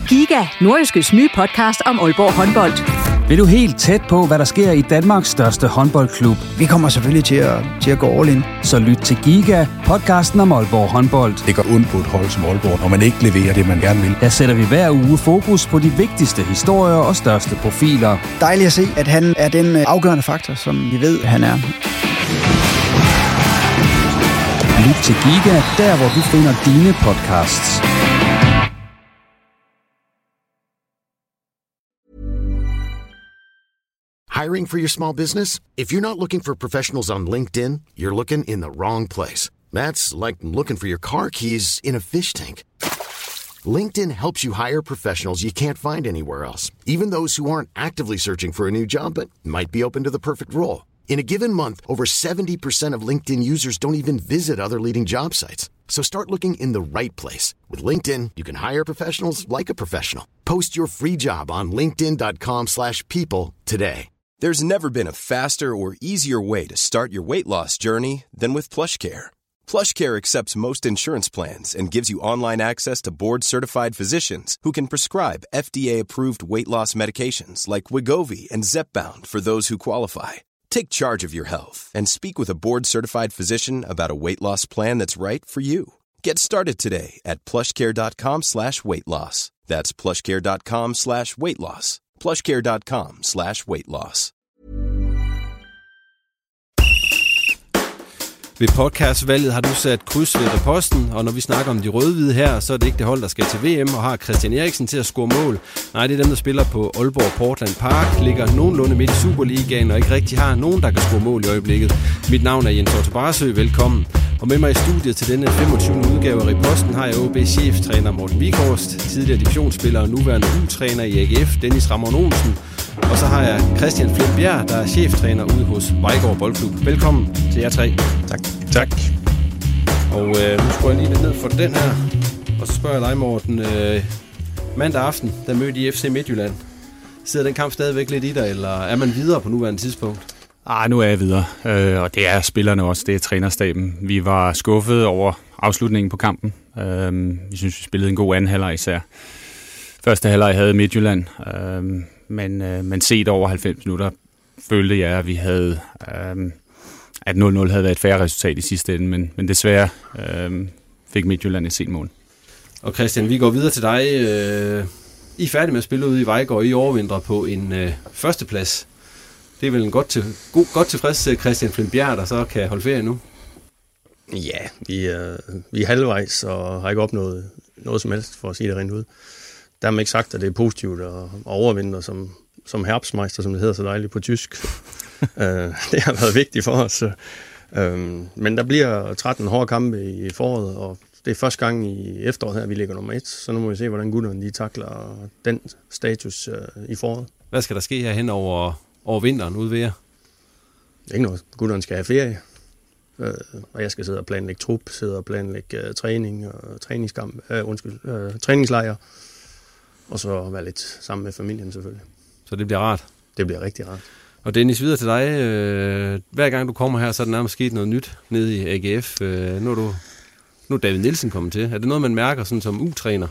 Giga, Nordjyskes nye podcast om Aalborg håndbold. Vil du helt tæt på, hvad der sker i Danmarks største håndboldklub? Vi kommer selvfølgelig til at gå all in. Så lyt til Giga, podcasten om Aalborg håndbold. Det går ondt på et hold som Aalborg, når man ikke leverer det, man gerne vil. Der sætter vi hver uge fokus på de vigtigste historier og største profiler. Dejligt at se, at han er den afgørende faktor, som vi ved, han er. Lyt til Giga, der hvor du finder dine podcasts. Hiring for your small business? If you're not looking for professionals on LinkedIn, you're looking in the wrong place. That's like looking for your car keys in a fish tank. LinkedIn helps you hire professionals you can't find anywhere else, even those who aren't actively searching for a new job but might be open to the perfect role. In a given month, over 70% of LinkedIn users don't even visit other leading job sites. So start looking in the right place. With LinkedIn, you can hire professionals like a professional. Post your free job on linkedin.com/people today. There's never been a faster or easier way to start your weight loss journey than with PlushCare. PlushCare accepts most insurance plans and gives you online access to board-certified physicians who can prescribe FDA-approved weight loss medications like Wegovy and Zepbound for those who qualify. Take charge of your health and speak with a board-certified physician about a weight loss plan that's right for you. Get started today at plushcare.com/weightloss. That's plushcare.com/weightloss. plushcare.com/weightloss. Ved podcastvalget har du sat kryds ved reposten, og når vi snakker om de rød-hvide her, så er det ikke det hold, der skal til VM og har Christian Eriksen til at score mål. Nej, det er dem, der spiller på Aalborg Portland Park, ligger nogenlunde midt i Superligaen og ikke rigtig har nogen, der kan score mål i øjeblikket. Mit navn er Jens Otto Barsø, velkommen. Og med mig i studiet til denne 25. udgave af Reposten har jeg OB-cheftræner Morten Vighorst, tidligere divisionsspiller og nuværende U-træner i AGF, Dennis Ramon Olsen. Og så har jeg Christian Flint Bjerg, der er cheftræner ude hos Vejgaard Boldklub. Velkommen til jer tre. Tak. Og nu skruer jeg lige lidt ned for den her. Og så spørger jeg dig, Morten. Mandag aften, der mødte I FC Midtjylland. Sidder den kamp stadigvæk lidt i dig, eller er man videre på nuværende tidspunkt? Nu er jeg videre, og det er spillerne også, det er trænerstaben. Vi var skuffede over afslutningen på kampen. Vi synes, vi spillede en god anden halvleg især. Første halvleg havde Midtjylland, men set over 90 minutter følte jeg, at vi havde, at 0-0 havde været et fair resultat i sidste ende, men desværre fik Midtjylland et sent mål. Og Christian, vi går videre til dig. I er færdige med at spille ude i Vejgaard, I overvintrer på en førsteplads. Det er vel en godt tilfreds Christian Flint Bjerg, der så kan holde ferie nu? Ja, vi er halvvejs og har ikke opnået noget som helst, for at sige det rent ud. Der har man ikke sagt, at det er positivt at overvinde som herbstmeister, som det hedder så dejligt på tysk. Det har været vigtigt for os. Men der bliver 13 hårde kampe i foråret, og det er første gang i efteråret her, vi ligger nummer 1. Så nu må vi se, hvordan gutterne de takler den status i foråret. Hvad skal der ske herhen over vinteren ude ved jer? Det er ikke noget. Gutterne skal have ferie. Og jeg skal sidde og planlægge trup, sidde og planlægge træning og træningslejre. Og så være lidt sammen med familien selvfølgelig. Så det bliver rart? Det bliver rigtig rart. Og Dennis, videre til dig. Hver gang du kommer her, så er der nærmest sket noget nyt nede i AGF. Nu er David Nielsen kommet til. Er det noget, man mærker sådan som U-træner?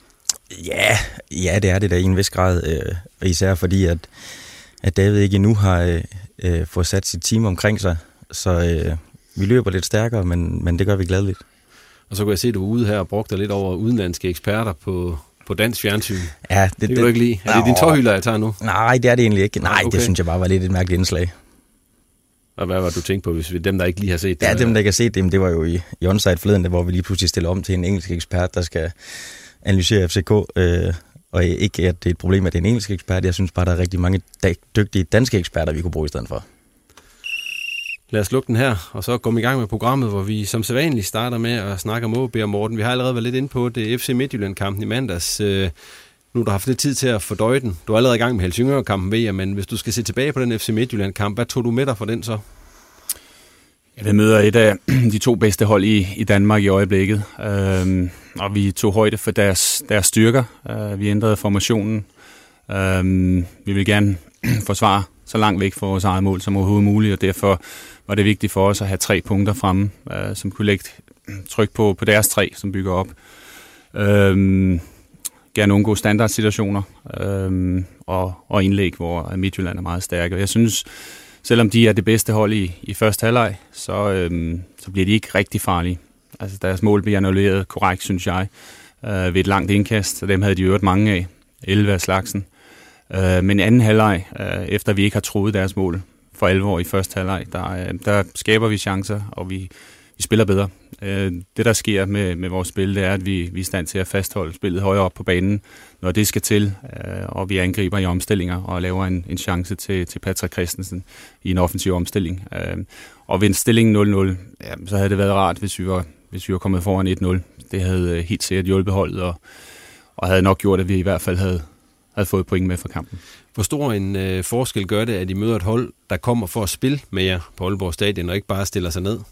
Ja, det er det da i en vis grad. Især fordi, at David ikke endnu har fået sat sit team omkring sig. Så vi løber lidt stærkere, men det gør vi gladeligt. Og så kunne jeg se, at du er ude her og brugte lidt over udenlandske eksperter på dansk fjernsyn. Ja, det vil du ikke lide. Er det din tårhylder, jeg tager nu? Nej, det er det egentlig ikke. Nej, okay. Det synes jeg bare var lidt et mærkeligt indslag. Og hvad var du tænkt på, hvis dem, der ikke lige har set det? Ja, dem, der ikke har set det, det var jo i onside forleden, hvor vi lige pludselig stiller om til en engelsk ekspert, der skal analysere FCK. Og ikke, at det er et problem, at det er en engelsk ekspert. Jeg synes bare, der er rigtig mange dygtige danske eksperter, vi kunne bruge i stedet for. Lad os lukke den her, og så gå i gang med programmet, hvor vi som sædvanligt starter med at snakke om OB og Morten. Vi har allerede været lidt inde på det FC Midtjylland-kampen i mandags. Nu har du haft lidt tid til at fordøje den. Du er allerede i gang med Helsingør-kampen, ved jeg, men hvis du skal se tilbage på den FC Midtjylland-kamp, hvad tog du med dig for den så? Vi møder et af de to bedste hold i Danmark i øjeblikket, og vi tog højde for deres styrker. Vi ændrede formationen. Vi vil gerne forsvare så langt væk fra vores eget mål som overhovedet muligt, og derfor var det vigtigt for os at have 3 punkter fremme, som kunne lægge tryk på deres 3, som bygger op. gerne undgå standardsituationer og indlæg, hvor Midtjylland er meget stærke. Og jeg synes, selvom de er det bedste hold i første halvleg, så bliver de ikke rigtig farlige. Altså deres mål bliver annulleret korrekt, synes jeg, ved et langt indkast, og dem havde de øvrigt mange af, 11 af slagsen. Men anden halvleg, efter vi ikke har troet deres mål for alvor i første halvleg, der skaber vi chancer, og vi spiller bedre. Det, der sker med vores spil, det er, at vi er i stand til at fastholde spillet højere op på banen, når det skal til, og vi angriber i omstillinger og laver en chance til Patrick Christensen i en offensiv omstilling. Og ved en stilling 0-0, så havde det været rart, hvis vi var kommet foran 1-0. Det havde helt sikkert hjulpet holdet, og havde nok gjort, at vi i hvert fald havde fået point med fra kampen. Hvor stor en forskel gør det, at I møder et hold, der kommer for at spille med jer på Aalborg Stadion, og ikke bare stiller sig ned?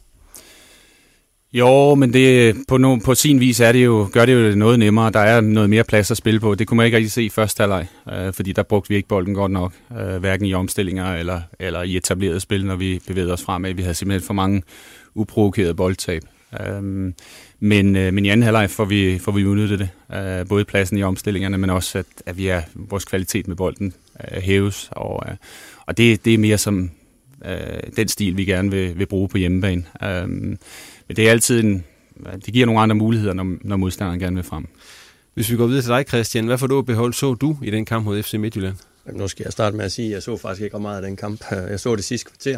Jo, men det på sin vis gør det jo noget nemmere. Der er noget mere plads at spille på. Det kunne man ikke rigtig se i første halvleg, fordi der brugte vi ikke bolden godt nok, hverken i omstillinger eller i etableret spil, når vi bevægede os fremad. Vi havde simpelthen for mange uprovokerede boldtab. Men i anden halvleg får vi udnyttet det. Både pladsen i omstillingerne, men også at vores kvalitet med bolden hæves. Og det er mere som den stil, vi gerne vil bruge på hjemmebane. Men det er altid det giver nogle andre muligheder, når modstanderen gerne vil frem. Hvis vi går videre til dig, Christian, hvad for et OB-hold så du i den kamp mod FC Midtjylland? Jamen, nu skal jeg starte med at sige, at jeg så faktisk ikke meget af den kamp. Jeg så det sidste kvarter.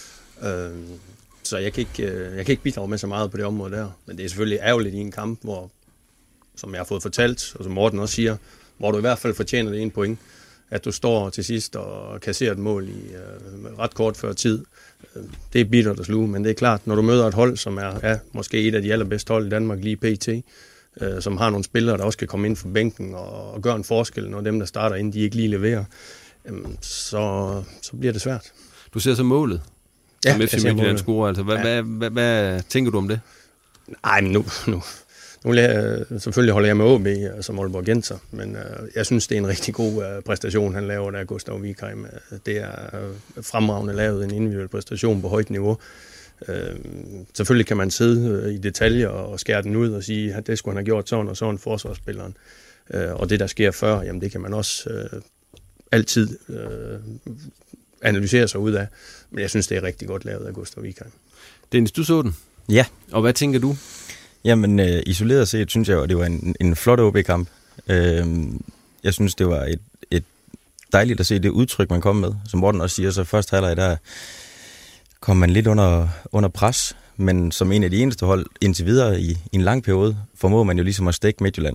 Så jeg kan ikke bidrage med så meget på det område der. Men det er selvfølgelig ærgerligt i en kamp, hvor, som jeg har fået fortalt, og som Morten også siger, hvor du i hvert fald fortjener det 1 point, at du står til sidst og kasserer et mål i ret kort før tid. Det er bittert at sluge, men det er klart, når du møder et hold, som er måske et af de allerbedste hold i Danmark lige pt., som har nogle spillere, der også kan komme ind fra bænken og gøre en forskel, når dem, der starter ind, de ikke lige leverer, så bliver det svært. Du ser så målet, som ja, FC Midtjylland scorer. Altså, hvad tænker du om det? Nej, men nu selvfølgelig holder jeg med OB som Aalborgenser, men jeg synes, det er en rigtig god præstation, han laver der, Gustav Wikheim. Det er fremragende lavet, en individuel præstation på højt niveau. Selvfølgelig kan man sidde i detaljer og skære den ud og sige, at det skulle han have gjort sådan og sådan forsvarsspilleren. Og det, der sker før, jamen det kan man også altid analysere sig ud af. Men jeg synes, det er rigtig godt lavet af Gustav Wikheim. Dennis, du så den? Ja. Og hvad tænker du? Jamen, isoleret set, synes jeg, at det var en flot OB-kamp. Jeg synes, det var et dejligt at se det udtryk, man kom med. Som Morten også siger, så første halvleg, der kom man lidt under pres, men som en af de eneste hold indtil videre i en lang periode, formår man jo ligesom at stikke Midtjylland.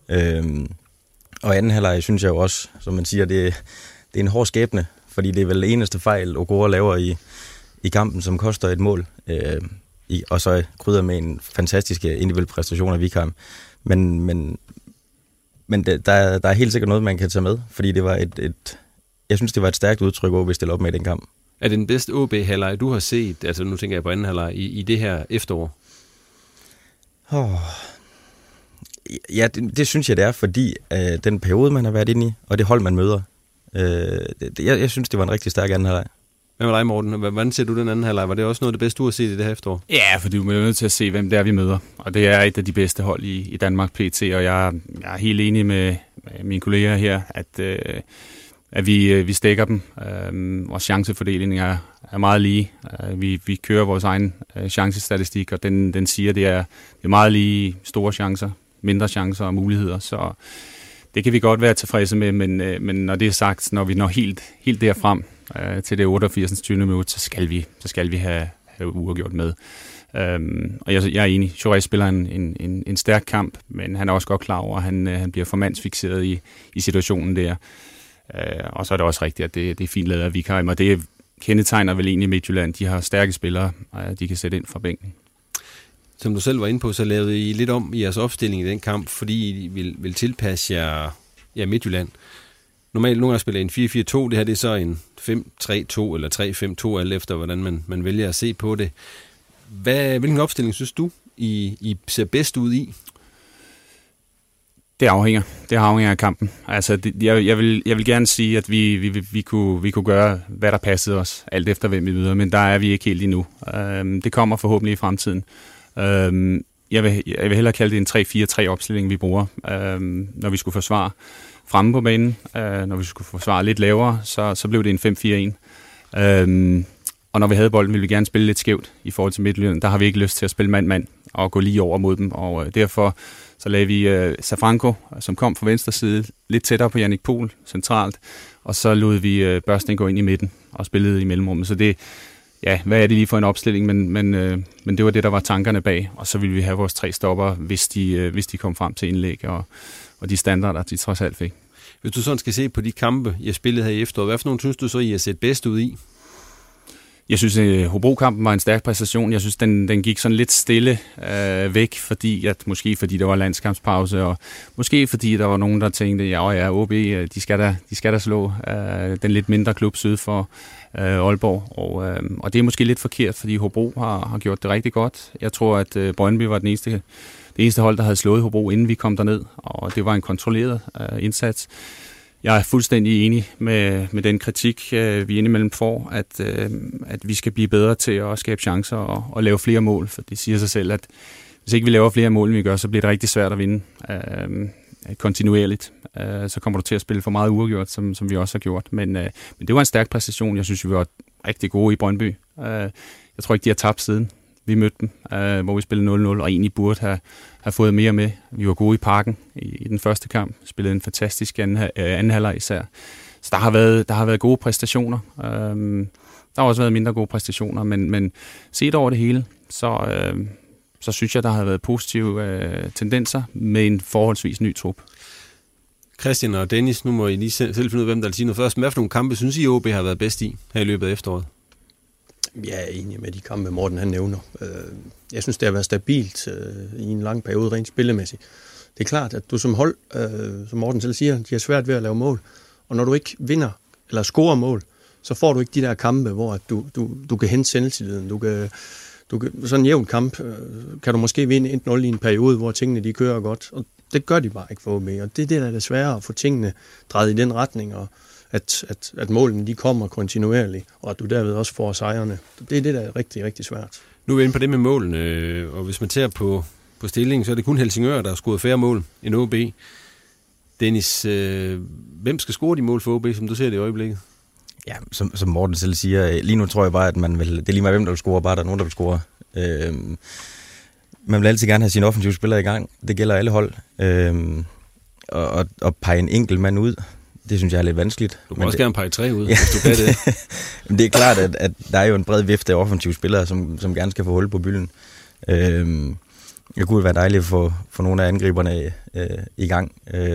Og anden halvleg, synes jeg jo også, som man siger, det er en hård skæbne, fordi det er vel det eneste fejl, Ogura laver i kampen, som koster et mål. Og så krydder med en fantastisk individuel præstation af Wikheim. Men der er helt sikkert noget, man kan tage med, fordi det var jeg synes, det var et stærkt udtryk, OB stille op med i den kamp. Er det den bedste OB-halvleg, du har set, altså nu tænker jeg på anden halvleg, i det her efterår? Ja, det synes jeg, det er, fordi den periode, man har været inde i, og det hold, man møder, jeg synes, det var en rigtig stærk anden halvleg. Hvad med dig, Morten? Hvordan ser du den anden halvleg? Var det også noget af det bedste, du har set i det her efterår? Ja, for du er nødt til at se, hvem det er, vi møder. Og det er et af de bedste hold i Danmark pt. Og jeg er helt enig med mine kolleger her, at vi stikker dem. Vores chancefordeling er meget lige. Vi kører vores egen chancestatistik, og den siger, at det er meget lige store chancer, mindre chancer og muligheder. Så det kan vi godt være tilfredse med, men når det er sagt, når vi når helt derfrem til det 88. 20. minut, så skal vi have uafgjort med. Og jeg er enig. Choré spiller en stærk kamp, men han er også godt klar over, at han bliver formandsfikseret i situationen der. Og så er det også rigtigt, at det er fint lavet af Wikheim, og det kendetegner vel egentlig Midtjylland. De har stærke spillere, og de kan sætte ind fra bænken. Som du selv var inde på, så lavede I lidt om i jeres opstilling i den kamp, fordi I vil tilpasse jer Midtjylland. Normalt nogle gange spiller en 4-4-2, det her det er så en 5-3-2 eller 3-5-2, alt efter hvordan man vælger at se på det. Hvilken opstilling synes du, I ser bedst ud i? Det afhænger af kampen. Altså, jeg vil gerne sige, at vi kunne gøre, hvad der passede os, alt efter hvem vi møder, men der er vi ikke helt endnu. Det kommer forhåbentlig i fremtiden. Jeg vil hellere kalde det en 3-4-3 opstilling, vi bruger, når vi skulle forsvare fremme på banen. Når vi skulle forsvare lidt lavere, så blev det en 5-4-1. Og når vi havde bolden, ville vi gerne spille lidt skævt i forhold til midtlinjen. Der har vi ikke lyst til at spille mand-mand og gå lige over mod dem. Og derfor så lagde vi Safranco, som kom fra venstre side, lidt tættere på Jannik Pohl centralt. Og så lod vi Børsting gå ind i midten og spillede i mellemrummet. Så det, ja, hvad er det lige for en opstilling? Men det var det, der var tankerne bag. Og så ville vi have vores 3 stopper, hvis de kom frem til indlæg og de standarder, de trods alt fik. Hvis du sådan skal se på de kampe, I har spillet her i efteråret, hvad for nogle synes du så, I har set bedst ud i? Jeg synes, Hobro-kampen var en stærk præstation. Jeg synes, den gik sådan lidt stille væk, måske fordi der var landskampspause, og måske fordi der var nogen, der tænkte, ja, OB, de skal da slå den lidt mindre klub syd for Aalborg. Og det er måske lidt forkert, fordi Hobro har gjort det rigtig godt. Jeg tror, at Brøndby var det eneste hold, der havde slået Hobro, inden vi kom derned, og det var en kontrolleret indsats. Jeg er fuldstændig enig med den kritik, vi indimellem får, at vi skal blive bedre til at skabe chancer og lave flere mål. For det siger sig selv, at hvis ikke vi laver flere mål, end vi gør, så bliver det rigtig svært at vinde kontinuerligt. Så kommer du til at spille for meget uafgjort, som vi også har gjort. Men det var en stærk præstation. Jeg synes, vi var rigtig gode i Brøndby. Jeg tror ikke, de har tabt siden vi mødte dem, hvor vi spillede 0-0, og egentlig burde have fået mere med. Vi var gode i Parken i den første kamp, spillede en fantastisk anden halvleg især. Så der har været gode præstationer. Der har også været mindre gode præstationer, men set over det hele, så synes jeg, der har været positive tendenser med en forholdsvis ny trup. Christian og Dennis, nu må I lige selv finde ud af, hvem der vil sige noget først. Men hvad for nogle kampe synes I, OB har været bedst i her i løbet af efteråret? Jeg er enig med de kampe, Morten han nævner. Jeg synes, det har været stabilt i en lang periode, rent spillemæssigt. Det er klart, at du som hold, som Morten selv siger, de har svært ved at lave mål. Og når du ikke vinder eller scorer mål, så får du ikke de der kampe, hvor du kan hente selvtilliden. Sådan en jævn kamp kan du måske vinde 1-0 i en periode, hvor tingene de kører godt. Og det gør de bare ikke for OB. Og det er det, der er det svære at få tingene drejet i den retning, og at målene de kommer kontinuerligt, og at du derved også får sejrene. Det er det, der er rigtig, rigtig svært. Nu er vi inde på det med målene, og hvis man tager på stillingen, så er det kun Helsingør, der har scoret færre mål end OB. Dennis, hvem skal score de mål for OB, som du ser det i øjeblikket? Ja, som Morten selv siger, lige nu tror jeg bare, at det er lige meget, hvem der vil score, bare der er nogen, der vil score. Man vil altid gerne have sine offensive spillere i gang. Det gælder alle hold. Og pege en enkelt mand ud, det synes jeg er lidt vanskeligt. Du må også gerne pege 3 ud, hvis du kan det. Men det er klart, at der er jo en bred vifte af offensive spillere, som gerne skal få hul på bylden. Det kunne være dejligt at få nogle af angriberne i gang.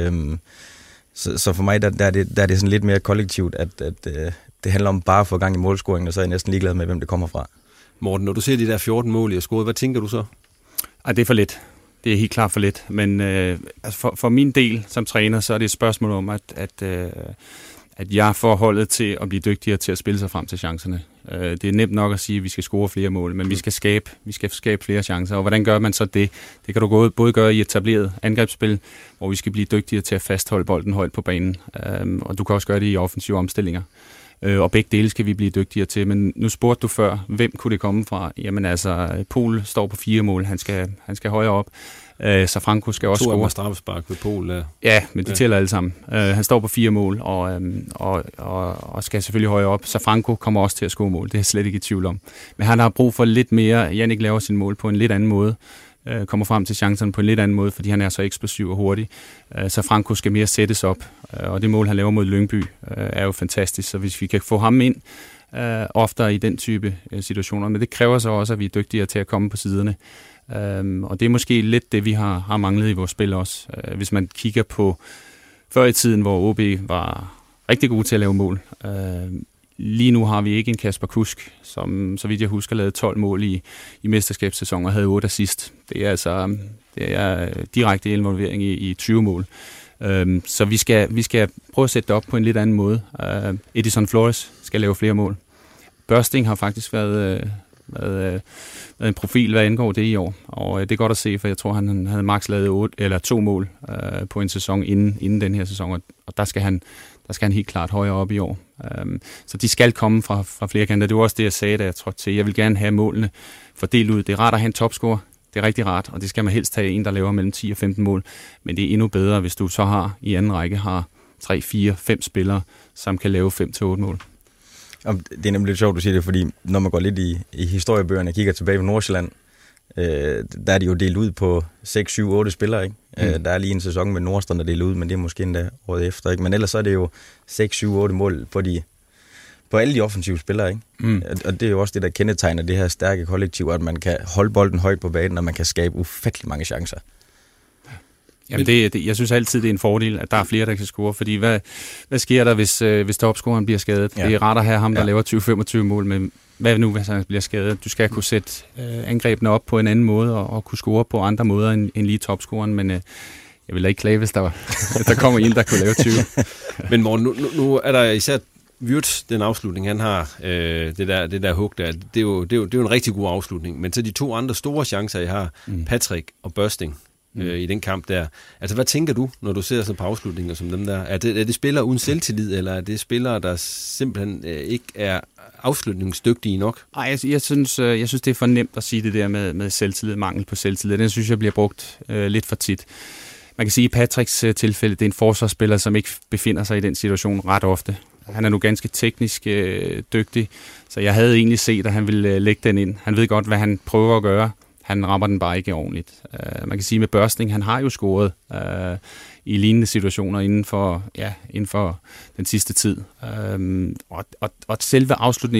Så for mig, der er det sådan lidt mere kollektivt, at det handler om bare at få gang i målscoringen, og så er jeg næsten ligeglad med, hvem det kommer fra. Morten, når du ser de der 14 mål, I har scoret, hvad tænker du så? Det er for lidt. Det er helt klart for lidt. Men for min del som træner, så er det et spørgsmål om, at jeg får holdet til at blive dygtigere til at spille sig frem til chancerne. Det er nemt nok at sige, at vi skal score flere mål, men vi skal skabe flere chancer. Og hvordan gør man så det? Det kan du både gøre i etableret angrebsspil, hvor vi skal blive dygtigere til at fastholde bolden højt på banen. Og du kan også gøre det i offensive omstillinger. Og begge dele skal vi blive dygtigere til. Men nu spurgte du før, hvem kunne det komme fra? Jamen altså, Pohl står på 4 mål. Han skal højere op. Safranco skal også score. 2 af straffespark ved Pohl. Ja, men de tæller alle sammen. Han står på 4 mål, og skal selvfølgelig højere op. Safranco kommer også til at score mål. Det er jeg slet ikke i tvivl om. Men han har brug for lidt mere. Jannik laver sin mål på en lidt anden måde. Kommer frem til chancerne på en lidt anden måde, fordi han er så eksplosiv og hurtig. Safranco skal mere sættes op, og det mål, han laver mod Lyngby, er jo fantastisk. Så hvis vi kan få ham ind oftere i den type situationer, men det kræver så også, at vi er dygtigere til at komme på siderne. Og det er måske lidt det, vi har manglet i vores spil også. Hvis man kigger på før i tiden, hvor OB var rigtig god til at lave mål. Lige nu har vi ikke en Kasper Kusk, som, så vidt jeg husker, lavede 12 mål i mesterskabssæsonen og havde 8 assist. Det er direkte involvering i 20 mål. Så vi skal prøve at sætte det op på en lidt anden måde. Edison Flores skal lave flere mål. Børsting har faktisk været en profil, hvad angår det i år. Og det er godt at se, for jeg tror, han havde max lavet 2 mål på en sæson inden den her sæson, og der skal han helt klart højere op i år. Så de skal komme fra flere kanter. Det var også det, jeg sagde, da jeg trådte til. Jeg vil gerne have målene fordelt ud. Det er rart at have en topscorer Det er rigtig rart, og det skal man helst have en, der laver mellem 10 og 15 mål. Men det er endnu bedre, hvis du så har i anden række har 3, 4, 5 spillere, som kan lave 5-8 mål. Og det er nemlig lidt sjovt, du siger det, fordi når man går lidt i historiebøgerne og kigger tilbage på Nordsjælland, der er de jo delt ud på 6, 7, 8 spillere, ikke? Der er lige en sæson med Nordstrand, der er delt ud, men det er måske endda året efter, ikke? Men ellers så er det jo 6, 7, 8 mål på alle de offensive spillere, ikke? Og det er jo også det, der kendetegner det her stærke kollektiv, at man kan holde bolden højt på banen, og man kan skabe ufattelig mange chancer. Jamen jeg synes altid, det er en fordel, at der er flere, der kan score, fordi hvad sker der, hvis topscoreren bliver skadet? Ja. Det er rart at have ham, der laver 20-25 mål, men hvad nu, hvis han bliver skadet? Du skal kunne sætte angrebene op på en anden måde, og kunne score på andre måder end lige topscoreren, men jeg vil da ikke klage, hvis der kommer en, der kunne lave 20. Men Morten, nu er der især Wirtz, den afslutning, han har, det der hug der, det er jo en rigtig god afslutning, men så de 2 andre store chancer, I har, Patrick og Børsting, i den kamp der. Altså, hvad tænker du, når du ser sådan på afslutninger som dem der? Er det spillere uden selvtillid, eller er det spillere, der simpelthen ikke er afslutningsdygtige nok? Nej, jeg synes, det er for nemt at sige det der med selvtillid, mangel på selvtillid. Den synes jeg bliver brugt lidt for tit. Man kan sige, at i Patricks tilfælde, det er en forsvarsspiller, som ikke befinder sig i den situation ret ofte. Han er nu ganske teknisk dygtig, så jeg havde egentlig set, at han ville lægge den ind. Han ved godt, hvad han prøver at gøre. Han rammer den bare ikke ordentligt. Man kan sige med Børsting, han har jo scoret i lignende situationer inden for den sidste tid. Og selve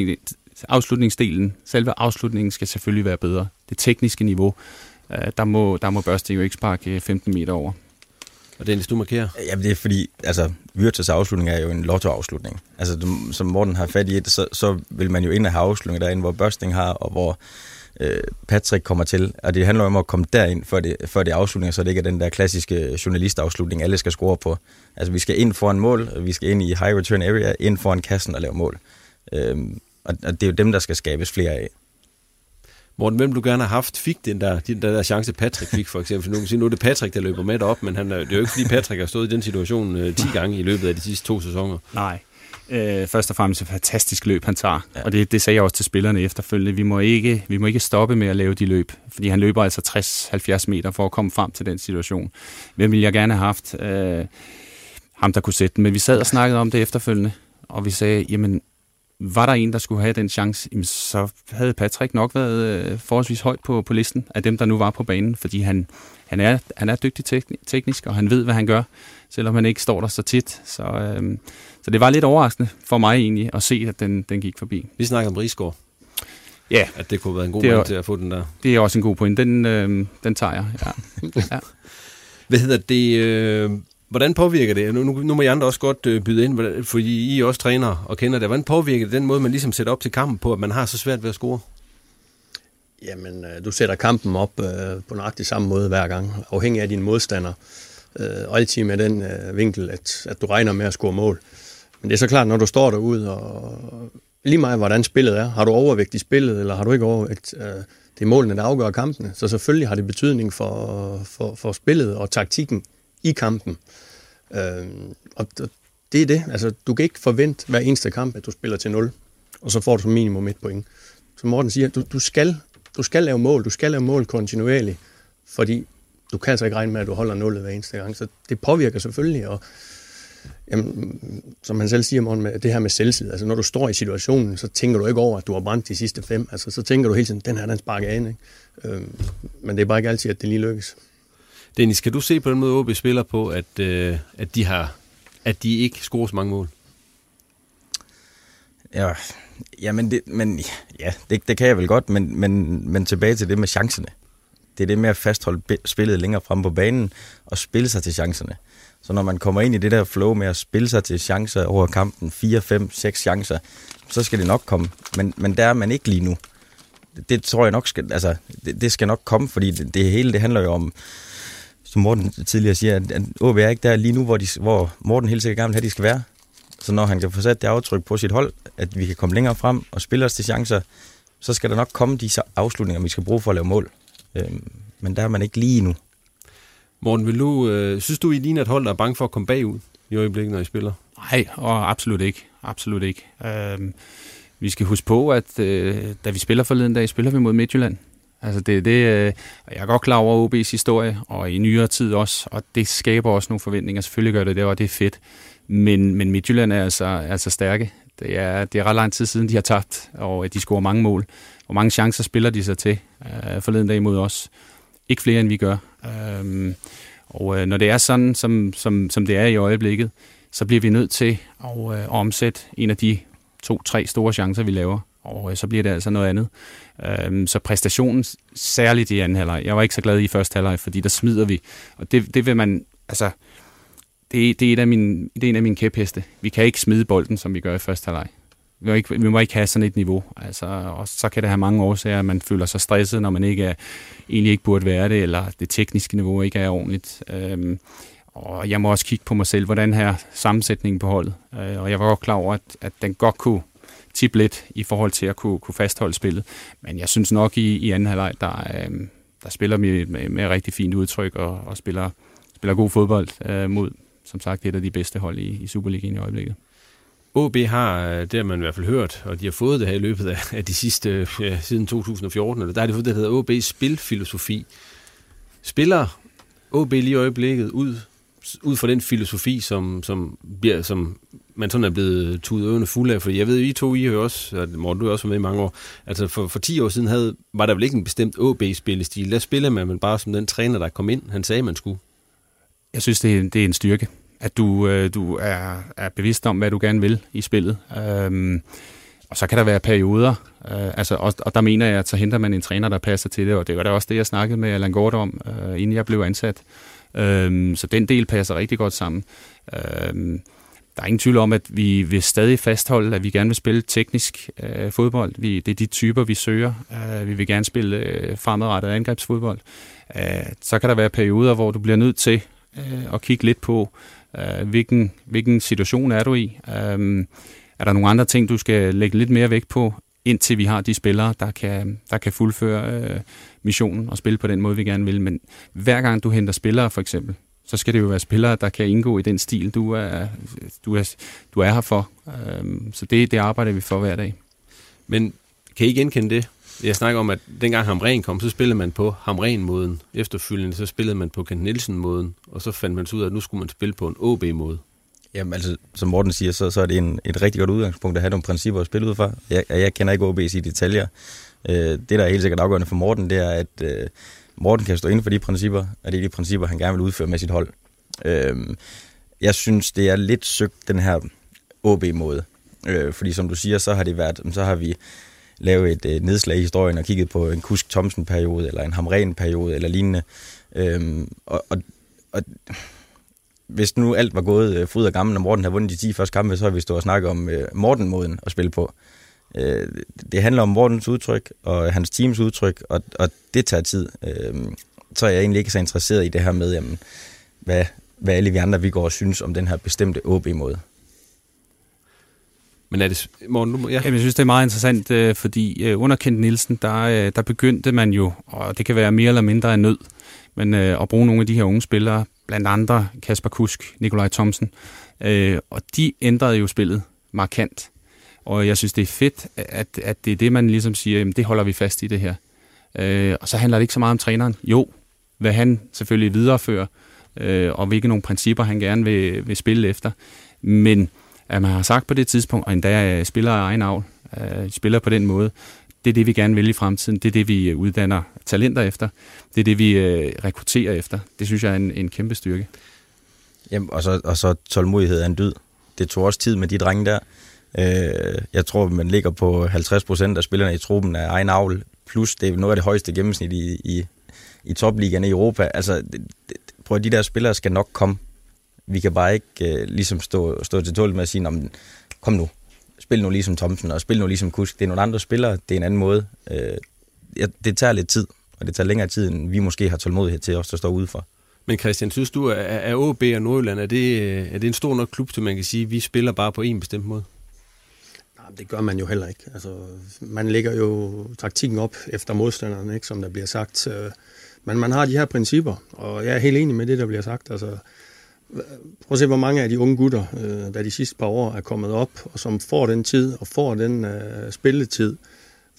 afslutningen skal selvfølgelig være bedre. Det tekniske niveau, der må Børsting jo ikke sparke 15 meter over. Og Dennis, du markerer? Jamen det er fordi, altså Wirtz's afslutning er jo en lottoafslutning. Altså som Morten har fat i, så vil man jo ind og have afslutninger derinde, hvor Børsting har, og hvor Patrick kommer til, og det handler om at komme derind, før det er afslutninger, så det ikke er den der klassiske journalistafslutning, alle skal score på. Altså vi skal ind foran mål, vi skal ind i high return area, ind foran kassen og lave mål. Og det er jo dem, der skal skabes flere af. Morten, hvem du gerne har haft, fik den der chance, Patrick fik for eksempel. Nu er det Patrick, der løber med derop, men det er jo ikke fordi Patrick har stået i den situation 10 gange i løbet af de sidste 2 sæsoner. Nej. Først og fremmest et fantastisk løb, han tager. Ja. Og det sagde jeg også til spillerne efterfølgende. Vi må ikke stoppe med at lave de løb, fordi han løber altså 60-70 meter for at komme frem til den situation. Hvem ville jeg gerne have haft? Ham, der kunne sætte den. Men vi sad og snakkede om det efterfølgende, og vi sagde, jamen, var der en, der skulle have den chance, jamen, så havde Patrick nok været forholdsvis højt på listen af dem, der nu var på banen, fordi han er dygtig teknisk, og han ved, hvad han gør, selvom han ikke står der så tit. Så det var lidt overraskende for mig egentlig at se, at den gik forbi. Vi snakker om Rigsgaard. Ja. At det kunne være en god mand til at få den der. Det er også en god point. Den tager jeg. Ja. Hvad hedder det? Hvordan påvirker det? Nu må I andre også godt byde ind, fordi I er også trænere og kender det. Hvordan påvirker det den måde, man ligesom sætter op til kampen på, at man har så svært ved at score? Jamen, du sætter kampen op på nøjagtig samme måde hver gang, afhængig af dine modstandere. Og altid med den vinkel, at du regner med at score mål. Men det er så klart, når du står derude, og lige meget hvordan spillet er, har du overvægt i spillet, eller har du ikke overvægt, det er målene, der afgør kampene. Så selvfølgelig har det betydning for spillet og taktikken i kampen. Og det er det. Altså, du kan ikke forvente hver eneste kamp, at du spiller til 0, og så får du som minimum 1 point. Som Morten siger, du skal lave mål. Du skal lave mål kontinuerligt, fordi du kan altså ikke regne med, at du holder 0 hver eneste gang. Så det påvirker selvfølgelig, og jamen, som han selv siger, Morten, med det her med selvtillid. Altså, når du står i situationen, så tænker du ikke over, at du har brændt de sidste 5. Altså, så tænker du hele tiden, den sparker af, ikke? Men det er bare ikke altid, at det lige lykkes. Dennis, kan du se på den måde, OB spiller på, at de ikke scorer så mange mål? Ja, det kan jeg vel godt, men tilbage til det med chancerne. Det er det med at fastholde spillet længere frem på banen og spille sig til chancerne. Så når man kommer ind i det der flow med at spille sig til chancer over kampen, 4, 5, 6 chancer, så skal det nok komme. Men der er man ikke lige nu. Det tror jeg nok det skal nok komme, fordi det hele det handler jo om, som Morten tidligere siger, at OB er ikke der lige nu, hvor Morten helt sikkert gerne vil have, de skal være. Så når han kan få sat det aftryk på sit hold, at vi kan komme længere frem og spille os til chancer, så skal der nok komme de afslutninger, vi skal bruge for at lave mål. Men der er man ikke lige nu. Morten, synes du, I ligner et hold, der er bange for at komme bagud i øjeblikket, når I spiller? Nej, og absolut ikke. Absolut ikke. Vi skal huske på, at da vi spiller forleden dag, spiller vi mod Midtjylland. Altså jeg er godt klar over OB's historie, og i nyere tid også, og det skaber også nogle forventninger. Selvfølgelig gør det, og det er fedt. Men Midtjylland er altså stærke. Det er ret lang tid siden, de har tabt, og de scorer mange mål. Hvor mange chancer spiller de sig til forleden dag mod os? Ikke flere, end vi gør. Og når det er sådan, som det er i øjeblikket, så bliver vi nødt til at omsætte en af de 2-3 store chancer, vi laver. Og så bliver det altså noget andet. Så præstationen, særligt i anden halvleg. Jeg var ikke så glad i første halvleg, fordi der smider vi. Og det vil man, altså, det er en af mine kæpheste. Vi kan ikke smide bolden, som vi gør i første halvleg. Vi må ikke have sådan et niveau. Altså, og så kan det have mange årsager, at man føler sig stresset, når man egentlig ikke burde være det, eller det tekniske niveau ikke er ordentligt. Og jeg må også kigge på mig selv, hvordan her sammensætningen på holdet. Og jeg var godt klar over, at den godt kunne tippe lidt i forhold til at kunne fastholde spillet. Men jeg synes nok i anden halvleg, der spiller vi med rigtig fint udtryk og spiller god fodbold mod, som sagt, et af de bedste hold i Superligaen i øjeblikket. OB har, det har man i hvert fald hørt, og de har fået det her i løbet af de sidste, siden 2014, eller der har de fået det, der hedder OB's spilfilosofi. Spiller OB lige i øjeblikket ud fra den filosofi, som man sådan er blevet tudet ørerne fuld af? Fordi jeg ved, I har jo også, og Morten, du har også været med i mange år, altså for 10 år siden var der vel ikke en bestemt OB-spillestil. Der spiller man bare som den træner, der kom ind, han sagde, man skulle. Jeg synes, det er en styrke, at du er bevidst om, hvad du gerne vil i spillet. Og så kan der være perioder, og der mener jeg, at så henter man en træner, der passer til det, og det var da også det, jeg snakkede med Allan Gård om, inden jeg blev ansat. Så den del passer rigtig godt sammen. Der er ingen tvivl om, at vi vil stadig fastholde, at vi gerne vil spille teknisk fodbold. Det er de typer, vi søger. Vi vil gerne spille fremadrettet angrebsfodbold. Så kan der være perioder, hvor du bliver nødt til at kigge lidt på, hvilken situation er du i. Er der nogle andre ting, du skal lægge lidt mere vægt på, indtil vi har de spillere, der kan fuldføre missionen og spille på den måde, vi gerne vil. Men hver gang du henter spillere, for eksempel, så skal det jo være spillere, der kan indgå i den stil, du er her for. Så det arbejder vi for hver dag. Men kan I genkende det? Jeg snakker om, at dengang Hamrén kom, så spillede man på Hamrén-måden. Efterfølgende så spillede man på Kent Nielsen-måden, og så fandt man ud af, at nu skulle man spille på en OB-måde. Jamen altså, som Morten siger, så er det et rigtig godt udgangspunkt at have nogle principper at spille ud fra. Jeg kender ikke OB's i detaljer. Det, der er helt sikkert afgørende for Morten, det er, at Morten kan stå inden for de principper, og det er de principper, han gerne vil udføre med sit hold. Jeg synes, det er lidt søgt, den her OB-måde. Fordi som du siger, så har vi lavet et nedslag i historien og kigget på en Kusk Thomsen-periode, eller en Hamrén-periode, eller lignende. Og hvis nu alt var gået fryd og gammel, og Morten havde vundet de 10 første kampe, så har vi stået og snakket om Morten-måden at spille på. Det handler om Mortens udtryk og hans teams udtryk, og det tager tid. Så er jeg egentlig ikke så interesseret i det her med, jamen, hvad alle vi andre vi går og synes om den her bestemte OB-måde. Men er det, Morten, ja? Jamen, jeg synes, det er meget interessant, fordi under Kent Nielsen, der begyndte man jo, og det kan være mere eller mindre af nød, men at bruge nogle af de her unge spillere, blandt andre Kasper Kusk, Nikolaj Thomsen, og de ændrede jo spillet markant. Og jeg synes, det er fedt, at det er det, man ligesom siger, jamen, det holder vi fast i det her. Og så handler det ikke så meget om træneren. Jo, hvad han selvfølgelig viderefører, og hvilke nogle principper han gerne vil spille efter. Men at man har sagt på det tidspunkt, og endda spiller af egen avl, spiller på den måde, det er det, vi gerne vil i fremtiden. Det er det, vi uddanner talenter efter. Det er det, vi rekrutterer efter. Det synes jeg er en kæmpe styrke. Jamen, og så tålmodighed er en dyd. Det tog også tid med de drenge der. Jeg tror, man ligger på 50% af spillerne i truppen af egen avl, plus det er noget af det højeste gennemsnit i topligaen i Europa. Altså, prøv at de der spillere skal nok komme. Vi kan bare ikke ligesom stå til tål med at sige, kom nu, spil nu ligesom Thomsen, og spil nu ligesom Kusk. Det er nogle andre spillere, det er en anden måde. Det tager lidt tid, og det tager længere tid, end vi måske har tålmodighed til os, der står udefor. Men Christian, synes du, at OB og Nordjylland, er det en stor nok klub, til man kan sige, at vi spiller bare på en bestemt måde? Nej, det gør man jo heller ikke. Altså, man lægger jo taktikken op efter modstanderne, ikke, som der bliver sagt. Men man har de her principper, og jeg er helt enig med det, der bliver sagt. Altså, prøv at se, hvor mange af de unge gutter, der de sidste par år er kommet op, og som får den tid og får den spilletid,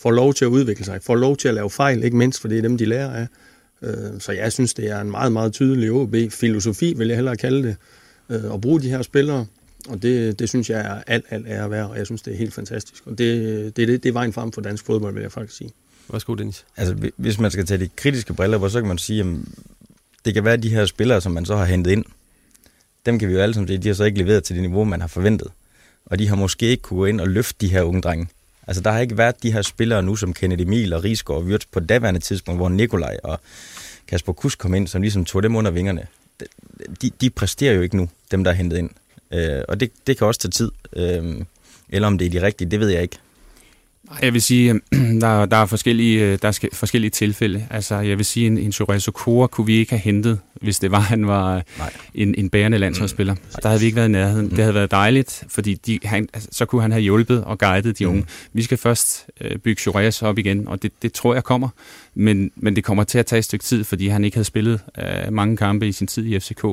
får lov til at udvikle sig, får lov til at lave fejl, ikke mindst, for det er dem, de lærer af. Så jeg synes, det er en meget, meget tydelig OB-filosofi, vil jeg hellere kalde det, at bruge de her spillere, og det synes jeg er alt ære værd, og jeg synes, det er helt fantastisk. Og det er vejen frem for dansk fodbold, vil jeg faktisk sige. Værsgo, Dennis. Altså, hvis man skal tage de kritiske briller på, så kan man sige, at det kan være, at de her spillere, som man så har hentet ind, dem kan vi jo alle sammen se, de har så ikke leveret til det niveau, man har forventet. Og de har måske ikke kunne gå ind og løfte de her unge drenge. Altså, der har ikke været de her spillere nu, som Kenneth Emil og Rigsgaard og Wirtz på daværende tidspunkt, hvor Nikolaj og Kasper Kusk kom ind, som ligesom tog dem under vingerne. De præsterer jo ikke nu, dem der er hentet ind. Og det kan også tage tid. Eller om det er de rigtige, det ved jeg ikke. Jeg vil sige, der er forskellige tilfælde. Altså, jeg vil sige, en Juraj Sokora kunne vi ikke have hentet, hvis det var, han var en bærende landsholdsspiller. Der havde vi ikke været i nærheden. Det havde været dejligt, fordi så kunne han have hjulpet og guidet de unge. Vi skal først bygge Juraj op igen, og det tror jeg kommer. Men det kommer til at tage et stykke tid, fordi han ikke havde spillet mange kampe i sin tid i FCK.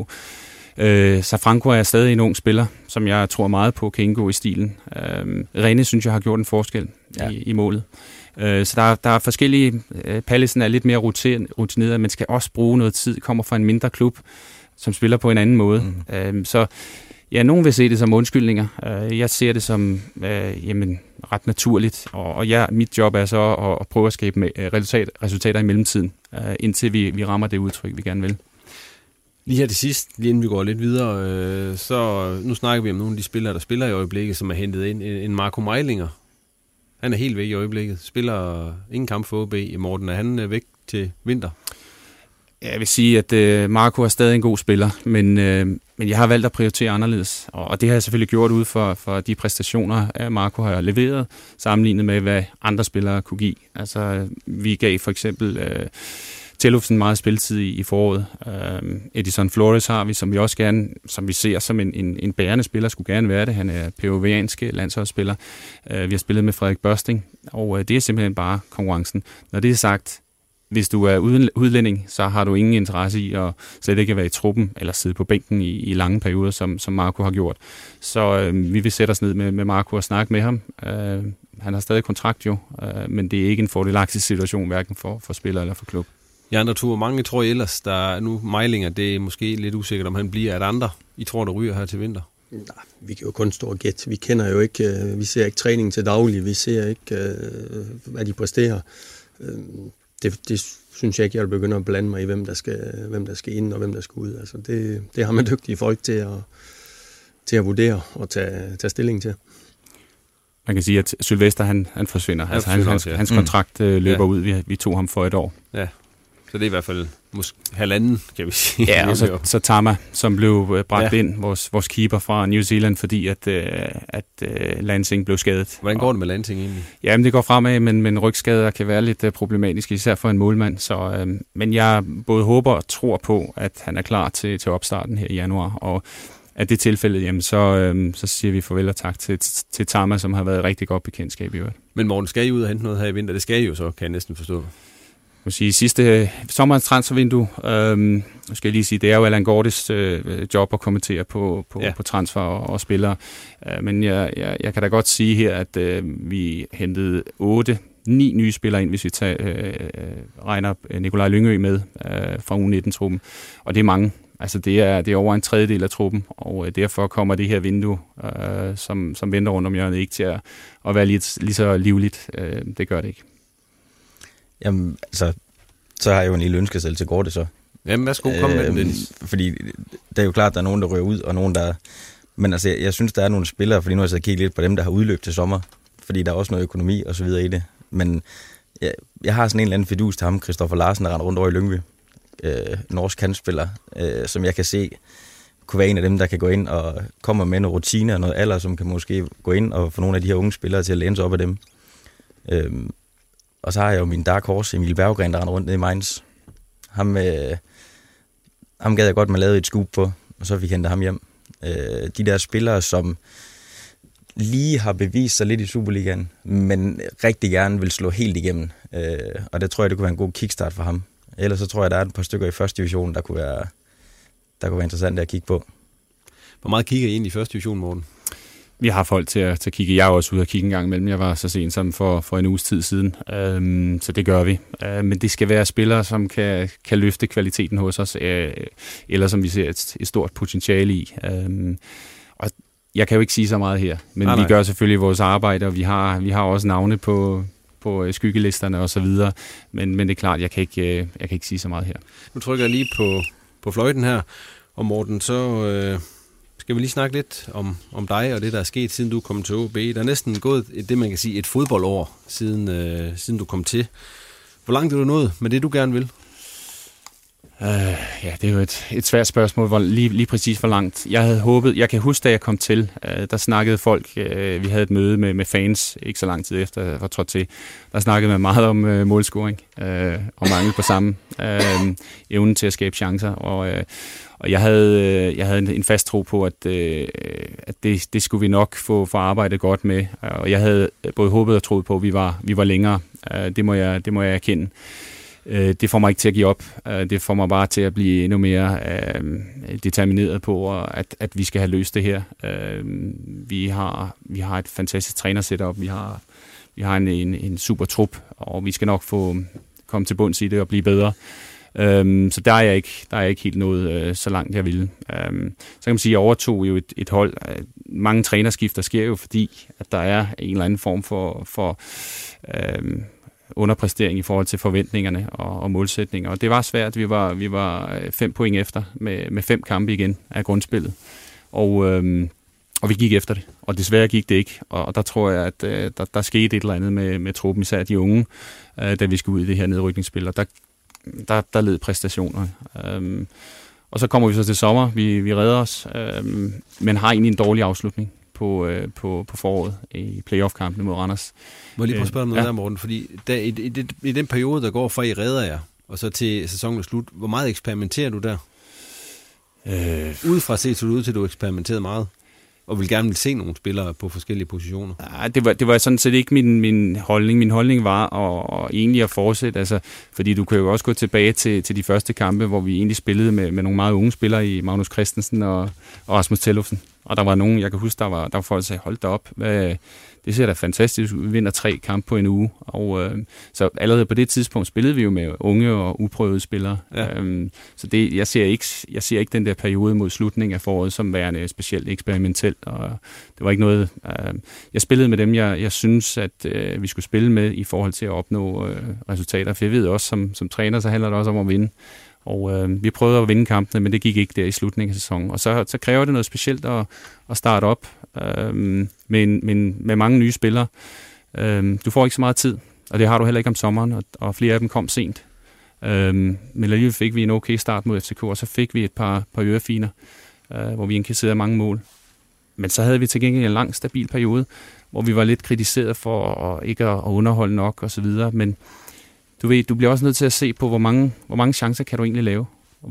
Så Franco er stadig en ung spiller, som jeg tror meget på kan indgå i stilen. Rene synes jeg har gjort en forskel i målet. Så der er forskellige. Pallesen er lidt mere rutineret, men skal også bruge noget tid. Kommer fra en mindre klub, som spiller på en anden måde. Så ja, nogen vil se det som undskyldninger. Jeg ser det som ret naturligt. Og mit job er så at prøve at skabe resultater i mellemtiden, indtil vi rammer det udtryk, vi gerne vil. Lige her til sidst, lige inden vi går lidt videre, så nu snakker vi om nogle af de spillere, der spiller i øjeblikket, som er hentet ind. En Marco Meilinger, han er helt væk i øjeblikket. Spiller ingen kamp for OB. Morten, er han væk til vinter? Jeg vil sige, at Marco er stadig en god spiller, men jeg har valgt at prioritere anderledes. Og det har jeg selvfølgelig gjort ud for de præstationer, Marco har leveret, sammenlignet med, hvad andre spillere kunne give. Altså, vi gav for eksempel Tellufsen meget spilletid i foråret. Edison Flores har vi, som vi også gerne, som vi ser som en bærende spiller, skulle gerne være det. Han er peruvianske landsholdsspiller. Vi har spillet med Frederik Børsting, og det er simpelthen bare konkurrencen. Når det er sagt, hvis du er udlænding, så har du ingen interesse i at slet ikke være i truppen eller sidde på bænken i lange perioder, som Marco har gjort. Så vi vil sætte os ned med Marco og snakke med ham. Han har stadig kontrakt jo, men det er ikke en fordelagtig situation, hverken for spiller eller for klub. I andre tur, mange tror I ellers, der er nu Meilinger, det er måske lidt usikkert, om han bliver. At andre, I tror, der ryger her til vinter? Nej, vi kan jo kun stå og gætte. Vi kender jo ikke, vi ser ikke træning til daglig, vi ser ikke, hvad de præsterer. Det synes jeg ikke, jeg vil begynde at blande mig i, hvem der skal ind og hvem der skal ud. Altså det har man dygtige folk til at vurdere og tage stilling til. Man kan sige, at Sylvester han forsvinder. Hans kontrakt løber ud. Vi tog ham for et år. Ja. Så det er i hvert fald halvanden, kan vi sige. Ja, og så Tama, som blev bragt ind, vores keeper fra New Zealand, fordi at Lansing blev skadet. Hvordan går det med Lansing egentlig? Jamen, det går fremad, men rygskader kan være lidt problematiske, især for en målmand. Så, men jeg både håber og tror på, at han er klar til opstarten her i januar. Og at det tilfælde, jamen, så siger vi farvel og tak til Tama, som har været et rigtig godt bekendtskab i øvrigt. Men Morten, skal I ud og hente noget her i vinter? Det skal I jo så, kan jeg næsten forstå. Jeg sige, sidste sommerens transfervindue, nu skal jeg lige sige, det er jo Allan Gortes job at kommentere på transfer og spillere. Men jeg kan da godt sige her, at vi hentede 8-9 nye spillere ind, hvis vi regner Nikolaj Lyngø med fra U19-truppen. Og det er mange. Altså det er over en tredjedel af truppen, og derfor kommer det her vindue, som venter rundt om hjørnet, ikke til at være lige så livligt. Det gør det ikke. Jamen, altså, så har jeg jo en lille ønske selv til Gorte så. Jamen, værsgo, kom med den. Fordi det er jo klart, at der er nogen, der rører ud, og nogen, der... Men altså, jeg synes, der er nogle spillere, fordi nu har jeg så kigget lidt på dem, der har udløb til sommer, fordi der er også noget økonomi og så videre i det. Men jeg har sådan en eller anden fidus til ham, Christoffer Larsen, der render rundt over i Lyngby. Norsk kantspiller, som jeg kan se, kunne være en af dem, der kan gå ind og komme med noget rutine og noget alder, som kan måske gå ind og få nogle af de her unge spillere til at læne sig op af dem. Og så har jeg jo min dark horse, Emil Berggren, der render rundt nede i Mainz. Ham gad jeg godt, man lavede et scoop på, og så fik hentet ham hjem. De der spillere, som lige har bevist sig lidt i Superligaen, men rigtig gerne vil slå helt igennem. Og det tror jeg, det kunne være en god kickstart for ham. Ellers så tror jeg, der er et par stykker i første division, der kunne være interessant at kigge på. Hvor meget kigger I ind i første division, Morten? Vi har folk til at kigge. Jeg er også ude og kigge en gang imellem. Jeg var så sent som for en uges tid siden. Så det gør vi. Men det skal være spillere, som kan løfte kvaliteten hos os, eller som vi ser et stort potentiale i. Og jeg kan jo ikke sige så meget her, men vi gør selvfølgelig vores arbejde, og vi har også navne på skyggelisterne og så videre. Men det er klart, jeg kan ikke sige så meget her. Nu trykker jeg lige på fløjten her, og Morten, så skal vi lige snakke lidt om dig og det, der er sket, siden du kom til OB. Der er næsten gået det, man kan sige, et fodboldår, siden du kom til. Hvor langt er du nået med det, du gerne vil? Ja, det er jo et svært spørgsmål, lige præcis hvor langt. Jeg havde håbet, jeg kan huske, da jeg kom til, der snakkede folk, vi havde et møde med fans, ikke så lang tid efter jeg var trådt til, der snakkede man meget om målscoring, og mangel på samme evnen til at skabe chancer, og jeg havde en fast tro på, at det skulle vi nok få arbejdet godt med, og jeg havde både håbet og troet på, at vi var længere. Det må jeg erkende. Det får mig ikke til at give op. Det får mig bare til at blive endnu mere determineret på, at vi skal have løst det her. Vi har et fantastisk trænersetup. Vi har en super trup, og vi skal nok få komme til bunds i det og blive bedre. Så der er jeg ikke helt nået så langt, jeg ville. Så kan man sige, at jeg overtog jo et hold. Mange trænerskifter sker jo, fordi at der er en eller anden form for underpræstering i forhold til forventningerne og målsætninger. Og det var svært. Vi var 5 point efter med 5 kampe igen af grundspillet. Og vi gik efter det. Og desværre gik det ikke. Og der tror jeg, at der skete et eller andet med truppen, især de unge, da vi skulle ud i det her nedrykningsspil. Og der led præstationer. Og så kommer vi så til sommer. Vi redder os, men har egentlig en dårlig afslutning på foråret i playoff-kampene mod Randers. Må jeg lige prøve at spørge om noget der, Morten? Fordi i den periode, der går fra I redder jer, og så til sæsonen er slut, hvor meget eksperimenterer du der? Udefra set så ud til, at du eksperimenterede meget, og vil gerne se nogle spillere på forskellige positioner. Nej, det var sådan set ikke min holdning. Min holdning var at egentlig at fortsætte, altså, fordi du kan jo også gå tilbage til de første kampe, hvor vi egentlig spillede med nogle meget unge spillere i Magnus Christensen og Rasmus Tellufsen. Og der var nogen, jeg kan huske, der var folk, der sagde, hold da op, det ser da fantastisk ud. Vi vinder 3 kampe på en uge. Og så allerede på det tidspunkt spillede vi jo med unge og uprøvede spillere. Ja. Så jeg ser ikke den der periode mod slutningen af foråret som værende specielt eksperimentelt. Og det var ikke noget. Jeg spillede med dem, jeg synes, at vi skulle spille med i forhold til at opnå resultater. For jeg ved også, som træner, så handler det også om at vinde. Og vi prøvede at vinde kampene, men det gik ikke der i slutningen af sæsonen. Og så kræver det noget specielt at starte op med mange nye spillere. Du får ikke så meget tid, og det har du heller ikke om sommeren, og flere af dem kom sent. Men alligevel fik vi en okay start mod FCK, og så fik vi et par ørefiner, hvor vi indkasserede mange mål. Men så havde vi til gengæld en lang, stabil periode, hvor vi var lidt kritiseret for ikke at underholde nok osv., men du bliver også nødt til at se på, hvor mange chancer kan du egentlig lave.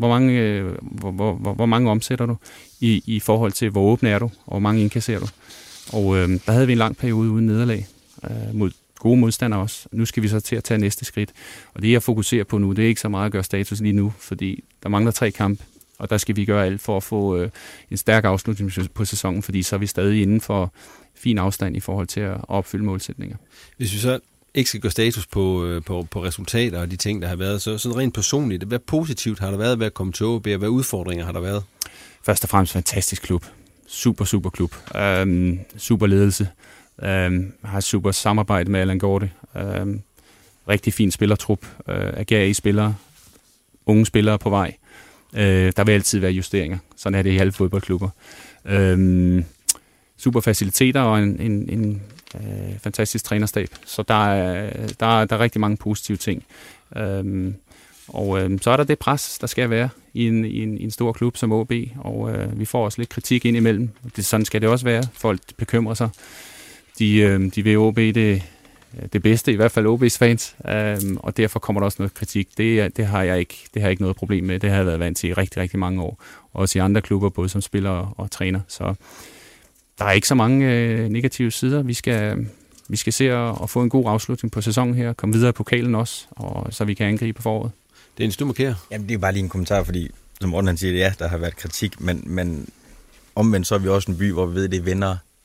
Hvor mange omsætter du i forhold til, hvor åbne er du, og hvor mange indkasserer du. Og der havde vi en lang periode uden nederlag mod gode modstandere også. Nu skal vi så til at tage næste skridt. Og det, jeg fokuserer på nu, det er ikke så meget at gøre status lige nu, fordi der mangler 3 kampe, og der skal vi gøre alt for at få en stærk afslutning på sæsonen, fordi så er vi stadig inden for fin afstand i forhold til at opfylde målsætninger. Hvis vi så ikke skal gøre status på resultater og de ting, der har været, så sådan rent personligt, hvad positivt har der været ved at komme til OB, og hvad udfordringer har der været? Først og fremmest fantastisk klub. Super klub. Super ledelse. Har et super samarbejde med Allan Gorte. Rigtig fin spillertrup. AGA-spillere. Unge spillere på vej. Der vil altid være justeringer. Sådan er det i alle fodboldklubber. Super faciliteter og en fantastisk trænerstab. Så der er rigtig mange positive ting. Så er der det pres, der skal være i en stor klub som OB, og vi får også lidt kritik ind imellem. Sådan skal det også være. Folk bekymrer sig. De vil OB det bedste, i hvert fald OB's fans, og derfor kommer der også noget kritik. Det har jeg ikke noget problem med. Det har jeg været vant til i rigtig, rigtig mange år. Også i andre klubber, både som spiller og træner. Så der er ikke så mange negative sider. Vi skal se at få en god afslutning på sæsonen her, komme videre i pokalen også, og så vi kan angribe foråret. Det er en stummerkær. Jamen, det er bare lige en kommentar, fordi som Morten siger, ja, der har været kritik, men omvendt så er vi også en by, hvor vi ved, det er venner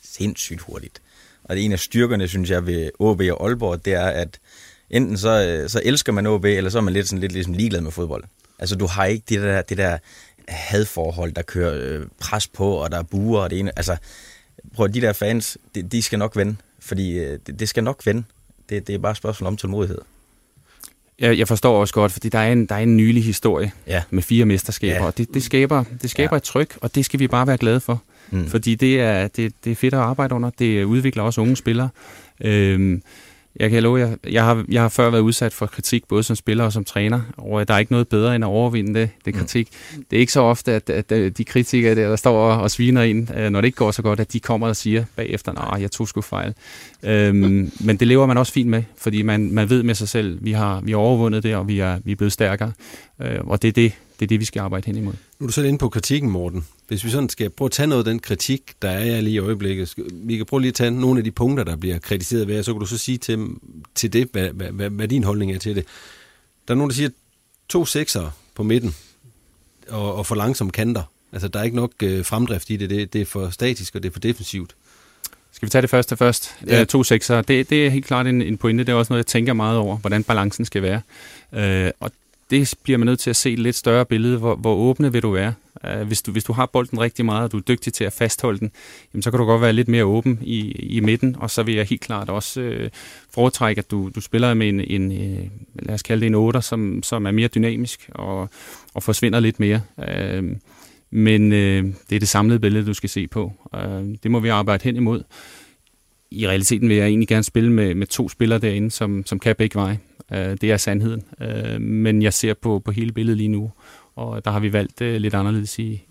sindssygt hurtigt. Og det er en af styrkerne, synes jeg, ved AaB og Aalborg, det er, at enten så elsker man AaB, eller så er man lidt ligesom ligeglad med fodbold. Altså, du har ikke det der hadforhold, der kører pres på, og der er buer og det ene. Altså, prøv de der fans, de skal nok vinde, fordi det skal nok vinde. Det er bare et spørgsmål om tålmodighed. Jeg forstår også godt, fordi der er en nylig historie med 4 mesterskaber, og det skaber et tryk, og det skal vi bare være glade for. Fordi det er fedt at arbejde under. Det udvikler også unge spillere. Jeg kan love jer, jeg har før været udsat for kritik, både som spiller og som træner, og der er ikke noget bedre end at overvinde det kritik. Det er ikke så ofte, at de kritikere, der står og sviner ind, når det ikke går så godt, at de kommer og siger bagefter, nej, jeg tog sgu fejl. Men det lever man også fint med, fordi man ved med sig selv, vi har overvundet det, og vi er blevet stærkere. Og det er det, vi skal arbejde hen imod. Nu er du selv inde på kritikken, Morten. Hvis vi sådan skal prøve at tage noget af den kritik, der er lige i øjeblikket, vi kan prøve lige at tage nogle af de punkter, der bliver kritiseret ved, så kan du så sige til det, hvad din holdning er til det. Der er nogen, der siger 2 sekser på midten og for langsomme kanter. Altså, der er ikke nok fremdrift i det. Det er for statisk, og det er for defensivt. Skal vi tage det første først? Ja. 2 sekser, det er helt klart en pointe. Det er også noget, jeg tænker meget over, hvordan balancen skal være. Og det bliver man nødt til at se et lidt større billede, hvor åbne vil du være. Hvis du har bolden rigtig meget, og du er dygtig til at fastholde den, jamen, så kan du godt være lidt mere åben i midten, og så vil jeg helt klart også foretrække, at du spiller med en lad os kalde det en 8'er, som er mere dynamisk og forsvinder lidt mere. Men det er det samlede billede, du skal se på. Det må vi arbejde hen imod. I realiteten vil jeg egentlig gerne spille med 2 spillere derinde, som kan begge veje. Det er sandheden. Men jeg ser på hele billedet lige nu, og der har vi valgt lidt anderledes i.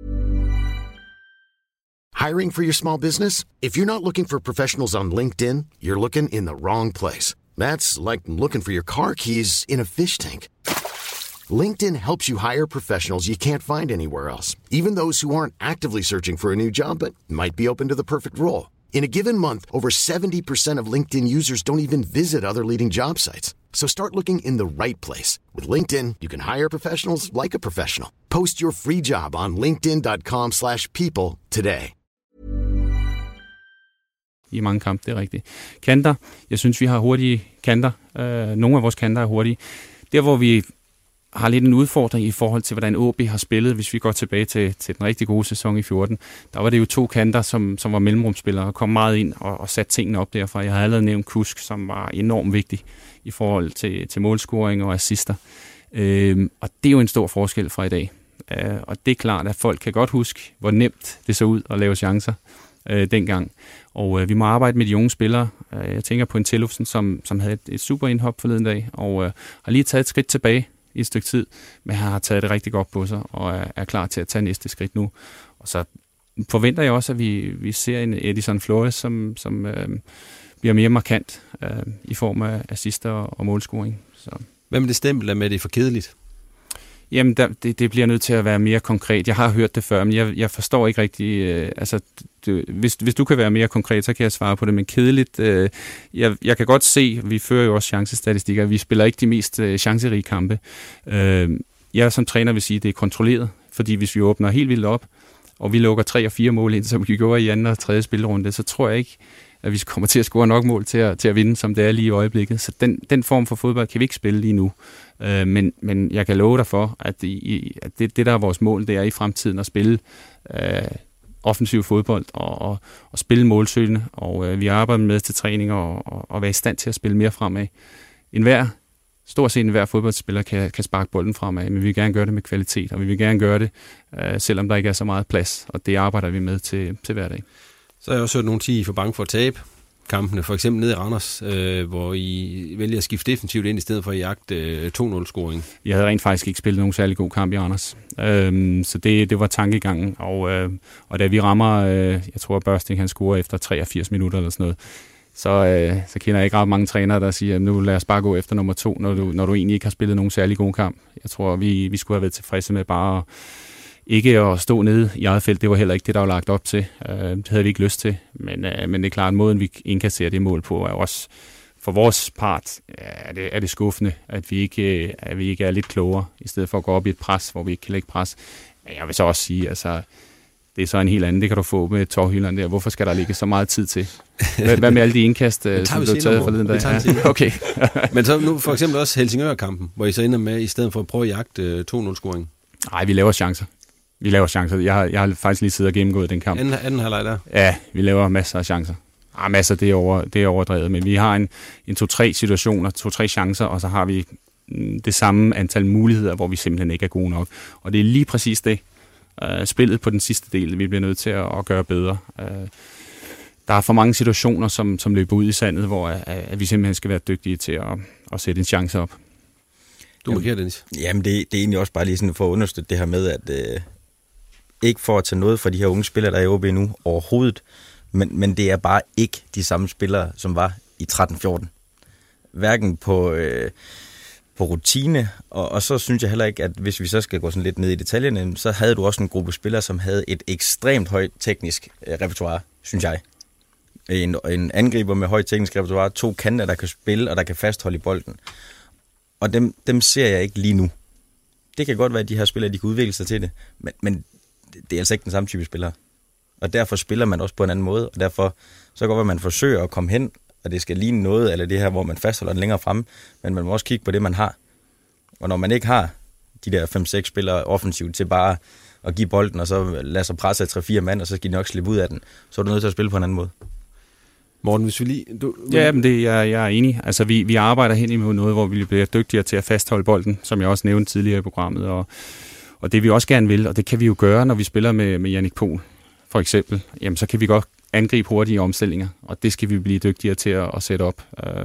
Hiring for your small business? If you're not looking for professionals on LinkedIn, you're looking in the wrong place. That's like looking for your car keys in a fish tank. LinkedIn helps you hire professionals you can't find anywhere else, even those who aren't actively searching for a new job but might be open to the perfect role. In a given month, over 70% of LinkedIn users don't even visit other leading job sites. So start looking in the right place. With LinkedIn, you can hire professionals like a professional. Post your free job on linkedin.com/people today. I mange kampe, det er rigtigt. Kanter, jeg synes, vi har hurtige kanter. Nogle af vores kanter er hurtige. Der, hvor vi har lidt en udfordring i forhold til, hvordan AaB har spillet, hvis vi går tilbage til den rigtig gode sæson i 14. Der var det jo 2 kanter, som var mellemrumsspillere, og kom meget ind og satte tingene op derfra. Jeg har allerede nævnt Kusk, som var enormt vigtig i forhold til målscoring og assister. Og det er jo en stor forskel fra i dag. Og det er klart, at folk kan godt huske, hvor nemt det så ud at lave chancer dengang. Og vi må arbejde med de unge spillere. Jeg tænker på en Tillufsen, som havde et super indhop forleden dag, og har lige taget et skridt tilbage i et stykke tid, men han har taget det rigtig godt på sig, og er klar til at tage næste skridt nu. Og så forventer jeg også, at vi ser en Edison Flores, som bliver mere markant i form af assister og målscoring. Så. Hvad med det stempel, der med det for kedeligt? Jamen, det bliver nødt til at være mere konkret. Jeg har hørt det før, men jeg forstår ikke rigtig. Hvis du kan være mere konkret, så kan jeg svare på det, men kedeligt. Jeg kan godt se, vi fører jo også chancestatistikker. Vi spiller ikke de mest chancerige kampe. Jeg som træner vil sige, at det er kontrolleret, fordi hvis vi åbner helt vildt op, og vi lukker 3 og 4 mål ind, som vi gjorde i anden og tredje spilrunde, så tror jeg ikke, at vi kommer til at score nok mål til at vinde, som det er lige i øjeblikket. Så den form for fodbold kan vi ikke spille lige nu. Men jeg kan love dig for, at det der er vores mål, det er i fremtiden at spille offensiv fodbold og spille målsøgende. Og vi arbejder med til træning og være i stand til at spille mere fremad. Stort set enhver fodboldspiller kan sparke bolden fremad, men vi vil gerne gøre det med kvalitet, og vi vil gerne gøre det, selvom der ikke er så meget plads. Og det arbejder vi med til hver dag. Så har jeg også hørt nogen sige, I er for bange for at tabe kampene, for eksempel nede i Randers, hvor I vælger at skifte defensivt ind, i stedet for at jagte 2-0-scoring. Jeg havde rent faktisk ikke spillet nogen særlig god kamp i Randers, så det var tankegangen, og da vi rammer, jeg tror, Børsting han scorer efter 83 minutter eller sådan noget, så kender jeg ikke ret mange trænere, der siger, nu lad os bare gå efter nummer 2, når du egentlig ikke har spillet nogen særlig god kamp. Jeg tror, vi skulle have været tilfredse med bare ikke at stå nede i eget felt. Det var heller ikke det, der var lagt op til. Det havde vi ikke lyst til. Men det er klart, at måden, vi indkasserer det mål på, er også for vores part er det skuffende, at vi ikke er lidt klogere, i stedet for at gå op i et pres, hvor vi ikke kan lægge pres. Men jeg vil så også sige, altså Det er så en helt anden. Det kan du få med Torhylland der. Hvorfor skal der ligge så meget tid til? Hvad med alle de indkast, som blev taget forleden dag? Ja. Okay. Men så nu for eksempel også Helsingør-kampen, hvor I så ender med, i stedet for at prøve at jagte 2-0-scoring. Nej, vi laver chancer. Jeg har faktisk lige siddet og gennemgået den kamp. Anden halvleg der? Ja, vi laver masser af chancer. Masser, det er overdrevet. Men vi har en 2-3 situationer, 2-3 chancer, og så har vi det samme antal muligheder, hvor vi simpelthen ikke er gode nok. Og det er lige præcis det. Spillet på den sidste del, vi bliver nødt til at gøre bedre. Der er for mange situationer, som løber ud i sandet, hvor at vi simpelthen skal være dygtige til at sætte en chance op. Du markerer, Dennis. Jamen, det er egentlig også bare lige sådan for at understøtte det her med, at ikke for at tage noget fra de her unge spillere, der er i OB nu overhovedet, men det er bare ikke de samme spillere, som var i 13-14. Hverken på rutine, og så synes jeg heller ikke, at hvis vi så skal gå sådan lidt ned i detaljerne, så havde du også en gruppe spillere, som havde et ekstremt højt teknisk repertoire, synes jeg. En angriber med højt teknisk repertoire, 2 kanter, der kan spille, og der kan fastholde i bolden. Og dem ser jeg ikke lige nu. Det kan godt være, at de her spillere, de kan udvikle sig til det, men det er altså ikke den samme type spillere. Og derfor spiller man også på en anden måde, og derfor så kan det godt være, at man forsøger at komme hen, og det skal ligne noget, eller det her, hvor man fastholder den længere fremme, men man må også kigge på det, man har. Og når man ikke har de der 5-6 spillere offensivt til bare at give bolden, og så lade sig presse af 3-4 mand, og så skal de nok slippe ud af den, så er du nødt til at spille på en anden måde. Morten, hvis vi lige... Ja, men jeg er enig. Altså, vi arbejder hen imod noget, hvor vi bliver dygtigere til at fastholde bolden, som jeg også nævnte tidligere i programmet, og det vi også gerne vil, og det kan vi jo gøre, når vi spiller med Jannik Pohl, for eksempel, jamen så kan vi godt angribe hurtige omstillinger, og det skal vi blive dygtigere til at sætte op.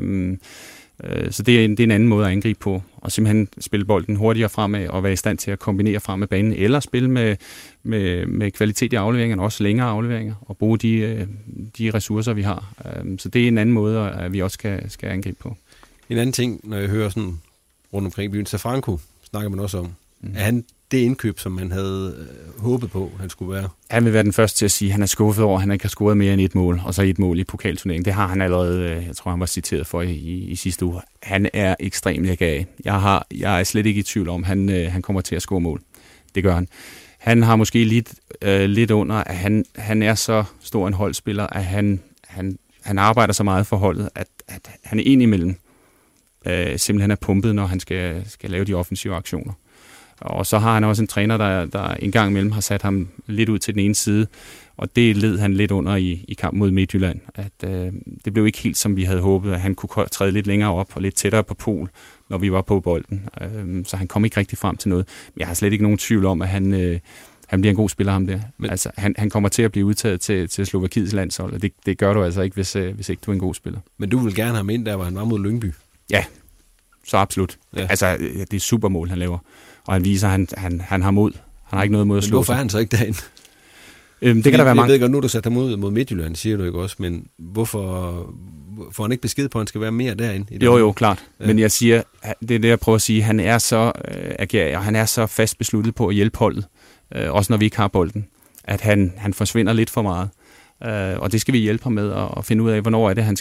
Så det er en anden måde at angribe på, og simpelthen spille bolden hurtigere fremad, og være i stand til at kombinere frem med banen, eller spille med kvalitet i afleveringerne, også længere afleveringer, og bruge de ressourcer, vi har. Så det er en anden måde, at vi også skal angribe på. En anden ting, når jeg hører sådan rundt omkring byen, Safranco snakker man også om. Er han det indkøb, som man havde håbet på, han skulle være? Han vil være den første til at sige, at han er skuffet over, at han ikke har scoret mere end 1 mål, og så 1 mål i pokalturneringen. Det har han allerede, jeg tror, han var citeret for i sidste uge. Han er ekstremt lækker. Jeg er slet ikke i tvivl om, han kommer til at score mål. Det gør han. Han har måske lidt under, at han er så stor en holdspiller, at han arbejder så meget for holdet, at han er indimellem simpelthen er pumpet, når han skal lave de offensive aktioner. Og så har han også en træner, der en gang imellem har sat ham lidt ud til den ene side, og det led han lidt under i kampen mod Midtjylland. At det blev ikke helt, som vi havde håbet, at han kunne træde lidt længere op og lidt tættere på Pohl, når vi var på bolden. Så han kom ikke rigtig frem til noget. Men jeg har slet ikke nogen tvivl om, at han bliver en god spiller, ham der. Men altså, han kommer til at blive udtaget til Slovakiets landshold, og det gør du altså ikke, hvis ikke du er en god spiller. Men du vil gerne have ham ind der, hvor han var mod Lyngby? Ja, så absolut. Ja. Altså, det er supermål, han laver. Og han viser, at han har mod. Han har ikke noget mod at slå. Men hvorfor er han så ikke derinde? Det kan der være mange. Jeg ved godt, nu du satte ham ud mod Midtjylland, siger du ikke også, men hvorfor får han ikke besked på, at han skal være mere derinde? Jo, klart. Ja. Men jeg siger, det er det, jeg prøver at sige, han er så agerig, og han er så fast besluttet på at hjælpe holdet, også når vi ikke har bolden, at han forsvinder lidt for meget. Og det skal vi hjælpe ham med at finde ud af, hvornår er det,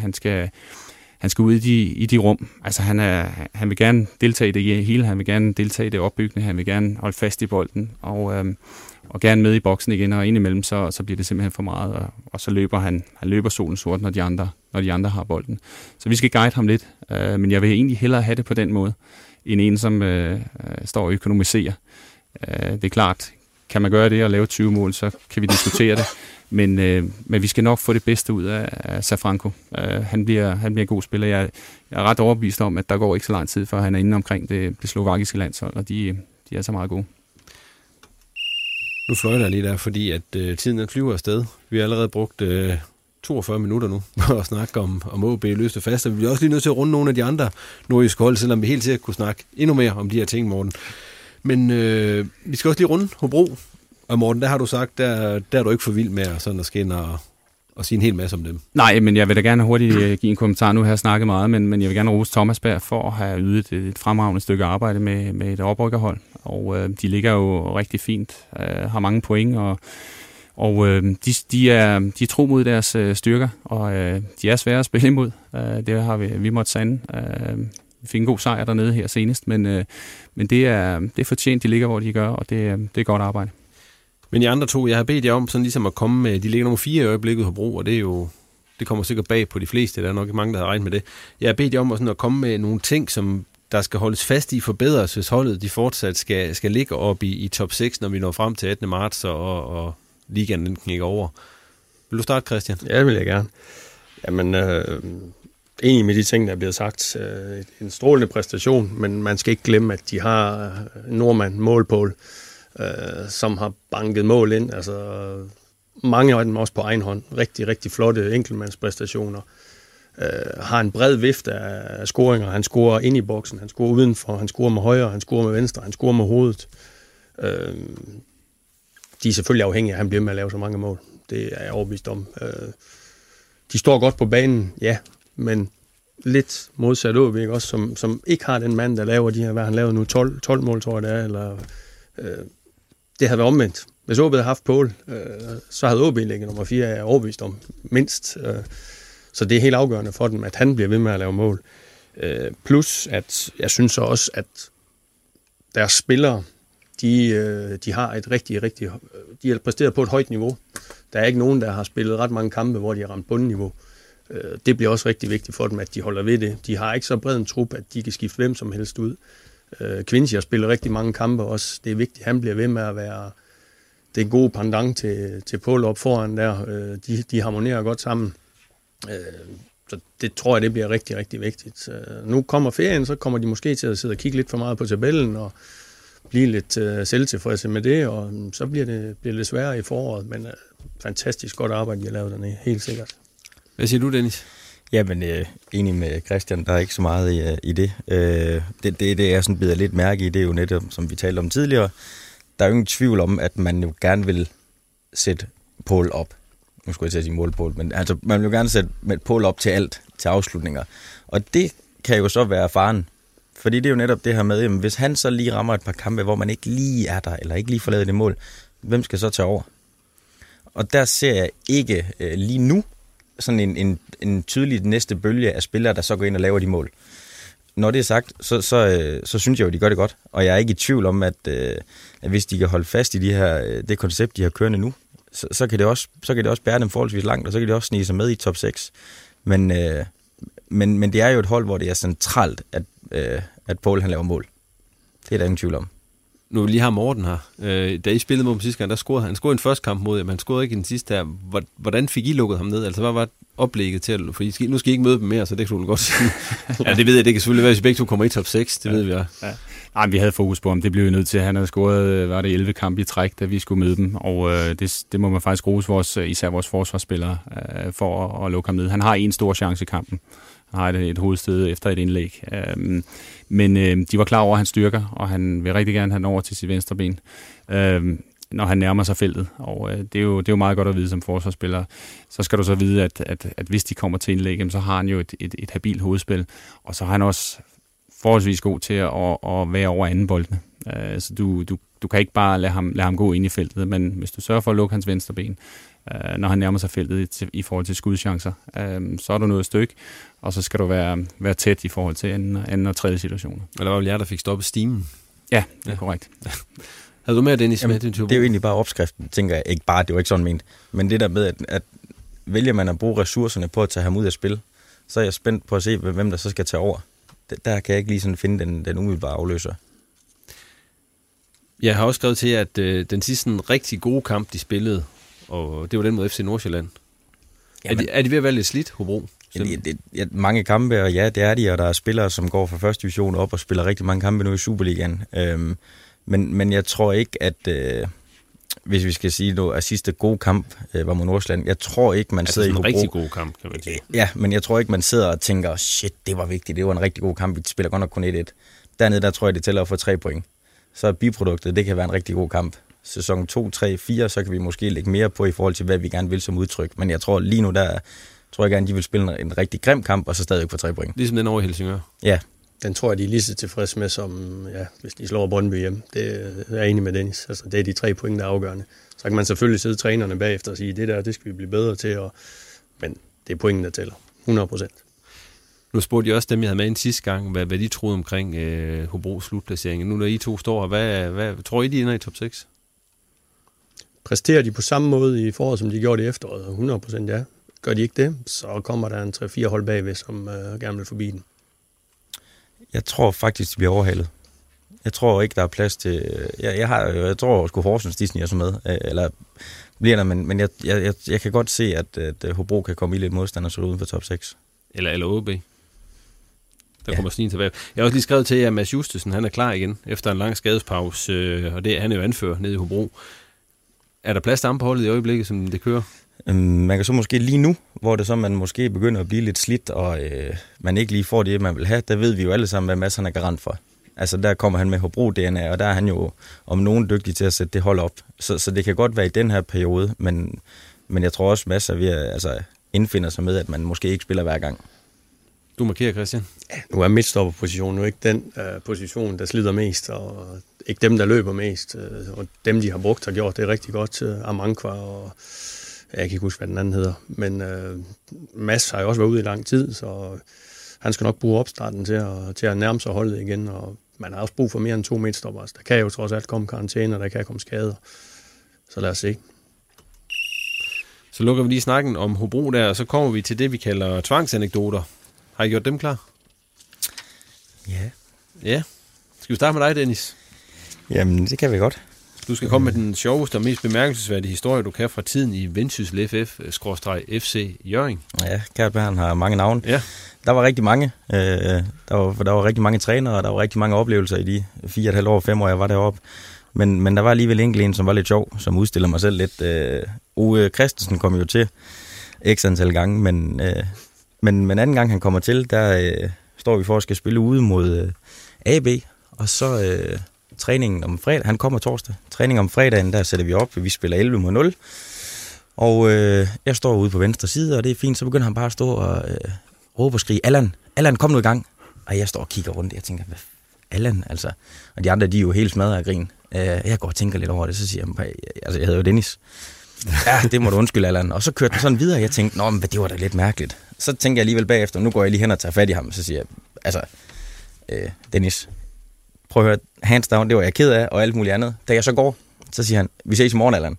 han skal ud i de rum. Altså han vil gerne deltage i det hele, han vil gerne deltage i det opbyggende, han vil gerne holde fast i bolden, og gerne med i boksen igen, og indimellem så bliver det simpelthen for meget, og så løber han løber solen sort, når de andre har bolden. Så vi skal guide ham lidt, men jeg vil egentlig hellere have det på den måde, end en, som står og økonomiserer. Det er klart, kan man gøre det og lave 20 mål, så kan vi diskutere det. Men vi skal nok få det bedste ud af Safranco. Han bliver en god spiller. Jeg er ret overbevist om, at der går ikke så lang tid, før han er inde omkring det slovakiske landshold, og de er så meget gode. Nu fløjter jeg lige der, fordi at tiden flyver afsted. Vi har allerede brugt 42 minutter nu at snakke om OB løst og fast, og vi bliver også lige nødt til at runde nogle af de andre nordjyske hold, selvom vi helt sikkert kunne snakke endnu mere om de her ting, Morten. Men vi skal også lige runde Hobro. Og Morten, der har du sagt, der er du ikke for vild med sådan at skinne og sige en hel masse om dem. Nej, men jeg vil da gerne hurtigt give en kommentar. Nu har jeg snakket meget, men jeg vil gerne rose Thomasberg for at have ydet et fremragende stykke arbejde med et oprykkerhold. Og de ligger jo rigtig fint, har mange point, og de er tro mod deres styrker, og de er svære at spille imod. Det har vi måtte sande. Vi fik en god sejr dernede her senest, men det er fortjent, de ligger, hvor de gør, og det er godt arbejde. Men I andre to, jeg har bedt jer om sådan ligesom at komme med, de ligger nummer 4 i øjeblikket Hobro, og det kommer sikkert bag på de fleste, der er nok mange, der har regnet med det. Jeg har bedt jer om at komme med nogle ting, som der skal holdes fast i, forbedres, hvis holdet de fortsat skal ligge op i top 6, når vi når frem til 18. marts, og ligaen den knækker over. Vil du starte, Christian? Ja, det vil jeg gerne. Jamen, enig med de ting, der er blevet sagt. En strålende præstation, men man skal ikke glemme, at de har nordmand Målpål, som har banket mål ind. Altså, mange af dem også på egen hånd. Rigtig, rigtig flotte enkeltmandspræstationer. Har en bred vifte af scoringer. Han scorer ind i boksen, han scorer udenfor, han scorer med højre, han scorer med venstre, han scorer med hovedet. De er selvfølgelig afhængige af, at han bliver med at lave så mange mål. Det er jeg overbevist om. De står godt på banen, ja, men lidt modsat OB, også, som ikke har den mand, der laver de her, hvad han lavede nu, 12 mål, tror jeg det er, eller det havde været omvendt. Hvis OB havde haft Pål, så havde OB ligget nummer 4, jeg er overbevist om, mindst. Så det er helt afgørende for dem, at han bliver ved med at lave mål. Plus, at jeg synes også, at deres spillere, de har et rigtig, de har præsteret på et højt niveau. Der er ikke nogen, der har spillet ret mange kampe, hvor de har ramt bundniveau. Det bliver også rigtig vigtigt for dem, at de holder ved det. De har ikke så bred en trup, at de kan skifte hvem som helst ud. Quincy har spillet rigtig mange kampe også. Det er vigtigt, at han bliver ved med at være det gode pendant til Pål op foran der. De harmonerer godt sammen. Så det tror jeg, det bliver rigtig, rigtig vigtigt. Nu kommer ferien, så kommer de måske til at sidde og kigge lidt for meget på tabellen og blive lidt selvtilfredse med det, og så bliver det sværere i foråret, men fantastisk godt arbejde, de har lavet dernede, helt sikkert. Hvad siger du, Dennis? Jamen, enig med Christian, der er ikke så meget i det. Det jeg sådan bider lidt mærke i, det er jo netop, som vi talte om tidligere, der er jo ingen tvivl om, at man jo gerne vil sætte Pål op. Nu skulle jeg til at sige Målpål, men altså, man vil jo gerne sætte Pål op til alt, til afslutninger. Og det kan jo så være faren. Fordi det er jo netop det her med, jamen, hvis han så lige rammer et par kampe, hvor man ikke lige er der, eller ikke lige får lavet det mål, hvem skal så tage over? Og der ser jeg ikke lige nu sådan en tydelig næste bølge af spillere, der så går ind og laver de mål. Når det er sagt, så synes jeg jo, de gør det godt. Og jeg er ikke i tvivl om, at hvis de kan holde fast i det koncept, de har kørende nu, så kan det også bære dem forholdsvis langt, og så kan de også snige sig med i top 6. Men det er jo et hold, hvor det er centralt, at Pål han laver mål. Det er der ingen tvivl om. Nu lige har Morten her. Da I spillede mod ham sidste gang, der scorede han scorede en første kamp mod jer, men han scorede ikke i den sidste her. Hvordan fik I lukket ham ned? Altså, hvad var oplægget til? For nu skal I ikke møde dem mere, så det kan du godt sige. Ja, det ved jeg. Det kan selvfølgelig være, hvis I begge to kommer i top 6. Det ved vi også. Ja. Nej, vi havde fokus på ham. Det blev jo nødt til. Han havde scoret, var det 11 kampe i træk, da vi skulle møde dem. Og det må man faktisk rose især vores forsvarsspillere for at lukke ham ned. Han har en stor chance i kampen. Han har et hovedstød efter et indlæg. Men de var klar over hans styrker, og han vil rigtig gerne have den over til sit venstre ben, når han nærmer sig feltet. Og det er jo meget godt at vide som forsvarsspiller. Så skal du så vide, at hvis de kommer til indlæg, så har han jo et habilt hovedspil. Og så har han også forholdsvis god til at være over anden boldene. Så du kan ikke bare lade ham gå ind i feltet, men hvis du sørger for at lukke hans venstre ben, når han nærmer sig feltet i forhold til skudchancer, så er du nået et stykke, og så skal du være tæt i forhold til anden og tredje situationer. Eller var vel jer, der fik stoppet stimen? Ja, det er korrekt. Havde du med, Dennis? Jamen, det er jo egentlig bare opskriften, tænker jeg. Ikke bare, det er jo ikke sådan ment. Men det der med, at vælger man at bruge ressourcerne på at tage ham ud af spil, så er jeg spændt på at se, hvem der så skal tage over. Der kan jeg ikke lige sådan finde den umiddelbare afløser. Jeg har også skrevet til, at den sidste rigtig gode kamp, de spillede, og det var den mod FC Nordsjælland. Er de ved at være lidt slidt, Hobro? Mange kampe, og ja, det er de, og der er spillere, som går fra første division op og spiller rigtig mange kampe nu i Superligaen. Men jeg tror ikke, at hvis vi skal sige noget, at sidste gode kamp var mod Nordsjælland, jeg tror ikke, man sidder i Hobro. En rigtig god kamp, kan man sige. Ja, men jeg tror ikke, man sidder og tænker, shit, det var vigtigt, det var en rigtig god kamp, vi spiller godt nok kun 1-1. Dernede, der tror jeg, det tæller at få 3 point. Så biproduktet, det kan være en rigtig god kamp. Sæson 2, 3, 4, så kan vi måske lægge mere på i forhold til, hvad vi gerne vil som udtryk. Men jeg tror lige nu, tror jeg gerne, de vil spille en rigtig grim kamp, og så stadig få 3 point. Ligesom den over i Helsingør? Ja. Den tror jeg, de er lige så tilfredse med, som hvis de slår Brøndby hjem. Det er jeg enig med Dennis. Altså, det er de 3 point, der er afgørende. Så kan man selvfølgelig sidde trænerne bagefter og sige, det skal vi blive bedre til. Men det er pointen, der tæller. 100%. Nu spurgte jeg også dem, jeg havde med en sidste gang, hvad de troede omkring Hobros slutplacering. Nu når I to står her, hvad tror I, de ender i top 6? præsterer de på samme måde i foråret, som de gjorde i efteråret? 100% ja. Gør de ikke det, så kommer der en 3-4 hold bagved, som gerne vil forbi den. Jeg tror faktisk, de bliver overhalet. Jeg tror ikke, der er plads til... Jeg tror sgu Horsens, de sniger sig med. Eller bliver der, men jeg kan godt se, at Hobro kan komme i lidt modstand og så uden for top 6. Eller OB. Der kommer snien tilbage. Jeg har også lige skrevet til jer, at Mads Justesen, han er klar igen efter en lang skadespause, og han er jo anfører nede i Hobro. Er der plads til ham på holdet i øjeblikket, som det kører? Man kan så måske lige nu, hvor det så man måske begynder at blive lidt slidt, og man ikke lige får det, man vil have, der ved vi jo alle sammen, hvad Mads han er garant for. Altså der kommer han med Hobro-DNA, og der er han jo om nogen dygtig til at sætte det hold op. Så det kan godt være i den her periode, men jeg tror også, Mads er ved at indfinder sig med, at man måske ikke spiller hver gang. Du markerer, Christian. Ja, nu er midtstopperpositionen jo ikke den position, der slider mest, og ikke dem, der løber mest. Og dem, de har brugt, har gjort det rigtig godt. Amankwa og jeg kan ikke huske, hvad den anden hedder. Men Mads har jo også været ude i lang tid, så han skal nok bruge opstarten til at nærme sig holdet igen. Og man har også brug for mere end 2 midtstopper. Der kan jo trods alt komme karantæne, og der kan komme skader. Så lad os se. Så lukker vi lige snakken om Hobro der, og så kommer vi til det, vi kalder tvangsanekdoter. Har I gjort dem klar? Ja. Skal vi starte med dig, Dennis? Jamen, det kan vi godt. Du skal komme med den sjoveste og mest bemærkelsesværdige historie, du kan fra tiden i Vendsyssel FF/FC Hjørring. Ja, Kært Bern har mange navne. Ja. Der var rigtig mange. Der var rigtig mange trænere, og der var rigtig mange oplevelser i de 4,5 år, 5 år, jeg var deroppe. Men der var alligevel enkelt en, som var lidt sjov, som udstiller mig selv lidt. Uwe Christensen kom jo til x antal gange, men anden gang han kommer til, der står vi for at skal spille ude mod AB, og så træningen om fredag, han kommer torsdag. Træningen om fredagen, der sætter vi op, vi spiller 11-0, og jeg står ude på venstre side, og det er fint, så begynder han bare at stå og råbe og skrige, Allan, kom nu i gang. Og jeg står og kigger rundt, og jeg tænker, hvad Allan, altså. Og de andre, de er jo helt smadret af grin. Jeg går og tænker lidt over det, så siger jeg, altså jeg hedder jo Dennis. Ja, det må du undskylde, Allan. Og så kørte den sådan videre, og jeg tænkte, men det var da lidt mærkeligt. Så tænker jeg alligevel bagefter, nu går jeg lige hen og tager fat i ham, så siger jeg, altså, Dennis, prøv at høre, hands down, det var jeg ked af, og alt muligt andet. Da jeg så går, så siger han, vi ses i morgen, Allan.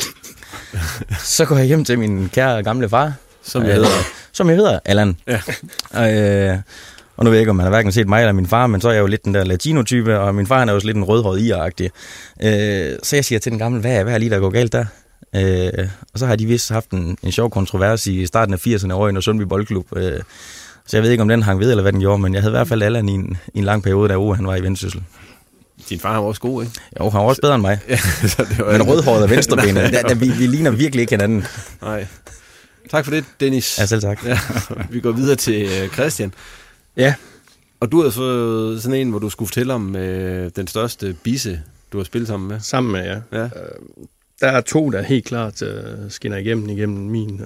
Så går jeg hjem til min kære gamle far, som jeg hedder Allan. Ja. Og nu ved jeg ikke, om han har hverken set mig eller min far, men så er jeg jo lidt den der latino-type, og min far han er jo lidt en rødhåret ir-agtig. Så jeg siger til den gamle, hvad er lige der går galt der? Og så har de vist haft en sjov kontrovers i starten af 80'erne over i Nørresundby Boldklub. Så jeg ved ikke, om den hang ved, eller hvad den gjorde, men jeg havde i hvert fald Allan i en lang periode, da han var i Vendsyssel. Din far var også god, ikke? Jo, han var også bedre end mig. Ja, men rødhåret og venstrebenet, vi ligner virkelig ikke hinanden. Nej. Tak for det, Dennis. Ja, selv tak. Ja, vi går videre til Christian. Ja. Og du har fået sådan en, hvor du skulle fortælle om den største bisse, du har spillet sammen med. Sammen med, ja. Der er 2, der helt klart skinner igennem min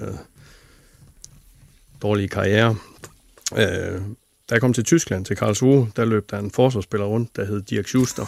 dårlige karriere. Da jeg kom til Tyskland, til Karlsruhe, der løb der en forsvarsspiller rundt, der hed Dirk Schuster.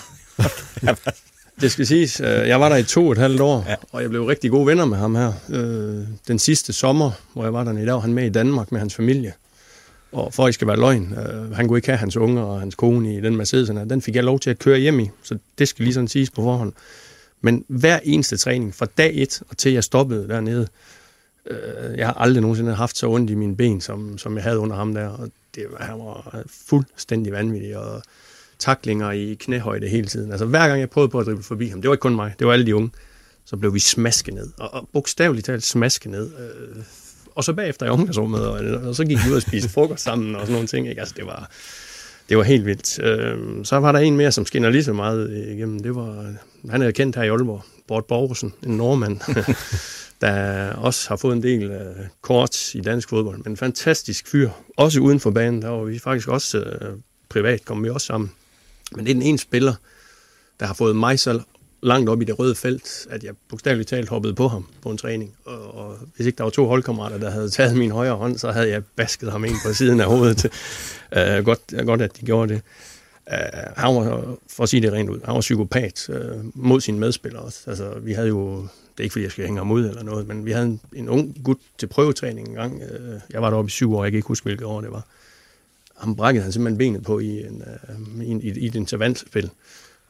Det skal siges, jeg var der i 2,5 år, og jeg blev rigtig gode venner med ham her. Den sidste sommer, hvor jeg var dernede, der var han med i Danmark med hans familie. Og for at ikke skal være løgn, han kunne ikke have hans unger og hans kone i den Mercedes, den fik jeg lov til at køre hjem i, så det skal lige sådan siges på forhånd. Men hver eneste træning, fra dag 1 og til jeg stoppede dernede, jeg har aldrig nogensinde haft så ondt i mine ben, som jeg havde under ham der, og han var fuldstændig vanvittig, og tacklinger i knæhøjde hele tiden. Altså hver gang jeg prøvede på at drible forbi ham, det var ikke kun mig, det var alle de unge, så blev vi smasket ned, og bogstaveligt talt smasket ned. Og så bagefter i omklædningsrummet, og så gik vi ud og spiste frokost sammen og sådan nogle ting. Ikke? Altså, det var helt vildt. Så var der en mere, som skinner lige så meget igennem. Han er kendt her i Aalborg, Bort Borgersen, en nordmand, der også har fået en del kort i dansk fodbold. Men en fantastisk fyr. Også uden for banen, der var vi faktisk også privat, kom vi også sammen. Men det er den ene spiller, der har fået mig så langt op i det røde felt, at jeg bogstaveligt talt hoppede på ham på en træning. Og hvis ikke der var 2 holdkammerater, der havde taget min højre hånd, så havde jeg basket ham ind på siden af hovedet. Godt, at de gjorde det. Han var, for at sige det rent ud, han var psykopat mod sine medspillere også. Altså, vi havde jo, det er ikke fordi, jeg skal hænge ham ud eller noget, men vi havde en ung gut til prøvetræning en gang. Jeg var deroppe i 7 år, jeg kan ikke huske, hvilket år det var. Han brækkede han simpelthen benet på i et intervalspil.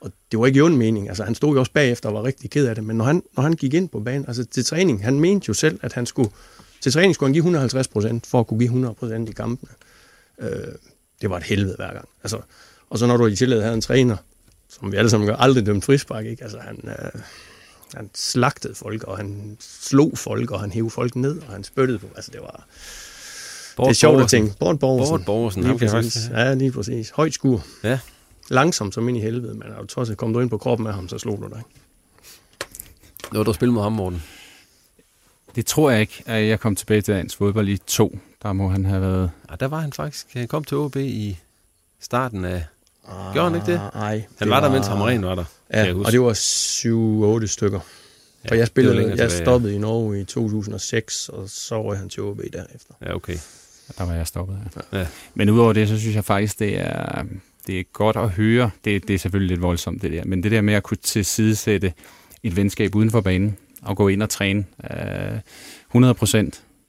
Og det var ikke i ond mening. Altså, han stod jo også bagefter og var rigtig ked af det. Men når han gik ind på banen, altså til træning, han mente jo selv, at til træning skulle han give 150% for at kunne give 100% i kampene. Det var et helvede hver gang. Altså, og så når du i tillæg havde en træner, som vi alle sammen gør, aldrig dømt frispark, ikke? Altså, han slagtede folk, og han slog folk, og han hævde folk ned, og han spyttede på. Altså, det var... Det er sjovt at tænke. Bort Borgersen. Ja, lige præcis. Højt skur. Ja. Langsomt som ind i helvede, men er du trods alt kommet ind på kroppen af ham, så slog du dig. Når du spillede mod ham, Morten? Det tror jeg ikke, at jeg kom tilbage til dansk fodbold i 2. Der må han have været... Ja, der var han faktisk. Han kom til OB i starten af... Gjorde han ikke det? Nej. Han var der, mens Hamren var der. Ja, og det var 7-8 stykker. Ja, for jeg stoppede i Norge i 2006, og så røg han til OB derefter. Ja, okay. Der var jeg stoppet. Ja. Men udover det, så synes jeg faktisk, det er godt at høre. Det er selvfølgelig lidt voldsomt, det der. Men det der med at kunne tilsidesætte et venskab uden for banen, og gå ind og træne 100%,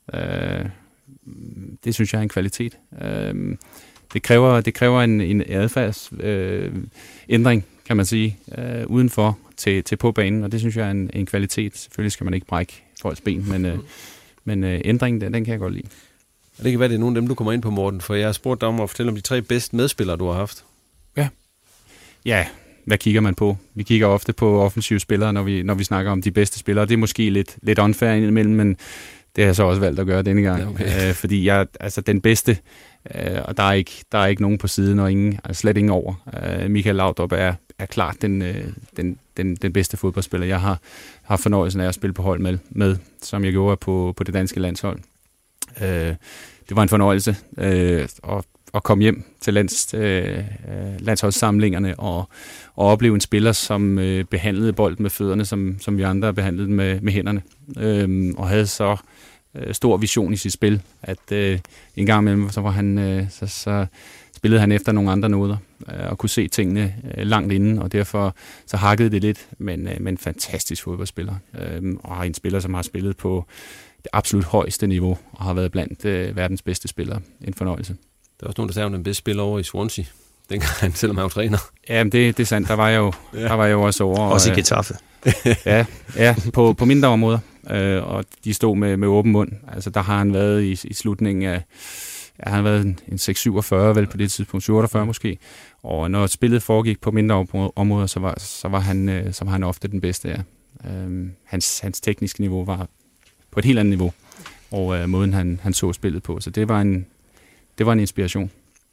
det synes jeg er en kvalitet. Det kræver en adfærdsændring, kan man sige, udenfor til på banen, og det synes jeg er en kvalitet. Selvfølgelig skal man ikke brække folks ben, men ændringen, den kan jeg godt lide. Og det kan være, det er nogle af dem, du kommer ind på, Morten, for jeg har spurgt dig om at fortælle om de 3 bedste medspillere, du har haft. Ja, hvad kigger man på? Vi kigger ofte på offensive spillere, når vi snakker om de bedste spillere. Det er måske lidt unfair indimellem, men det har jeg så også valgt at gøre denne gang. Ja, okay. Fordi den bedste, og der er ikke nogen på siden, og slet ingen over. Michael Laudrup er klart den bedste fodboldspiller. Jeg har haft fornøjelsen af at spille på hold med, som jeg gjorde på det danske landshold. Det var en fornøjelse at komme hjem til landsholdssamlingerne og opleve en spiller, som behandlede bolden med fødderne, som vi andre behandlede med hænderne. Og havde så stor vision i sit spil, at en gang imellem så spillede han efter nogle andre noder og kunne se tingene langt inden, og derfor så hakkede det lidt, men en fantastisk fodboldspiller. Og en spiller, som har spillet på det absolut højeste niveau og har været blandt verdens bedste spillere. En fornøjelse. Der er også nogen, der sagde, om den bedste spiller over i Swansea. Dengang han, selvom han var træner. Ja, det er sandt. Der var jeg jo også over. Også i Getafe. ja, på mindre områder. Og de stod med åben mund. Altså, der har han været i slutningen af... Ja, han har været en 6-47 vel på det tidspunkt. 47 måske. Og når spillet foregik på mindre områder, så var han ofte den bedste, ja. Hans tekniske niveau var på et helt andet niveau. Og måden han så spillet på. Så det var en inspiration.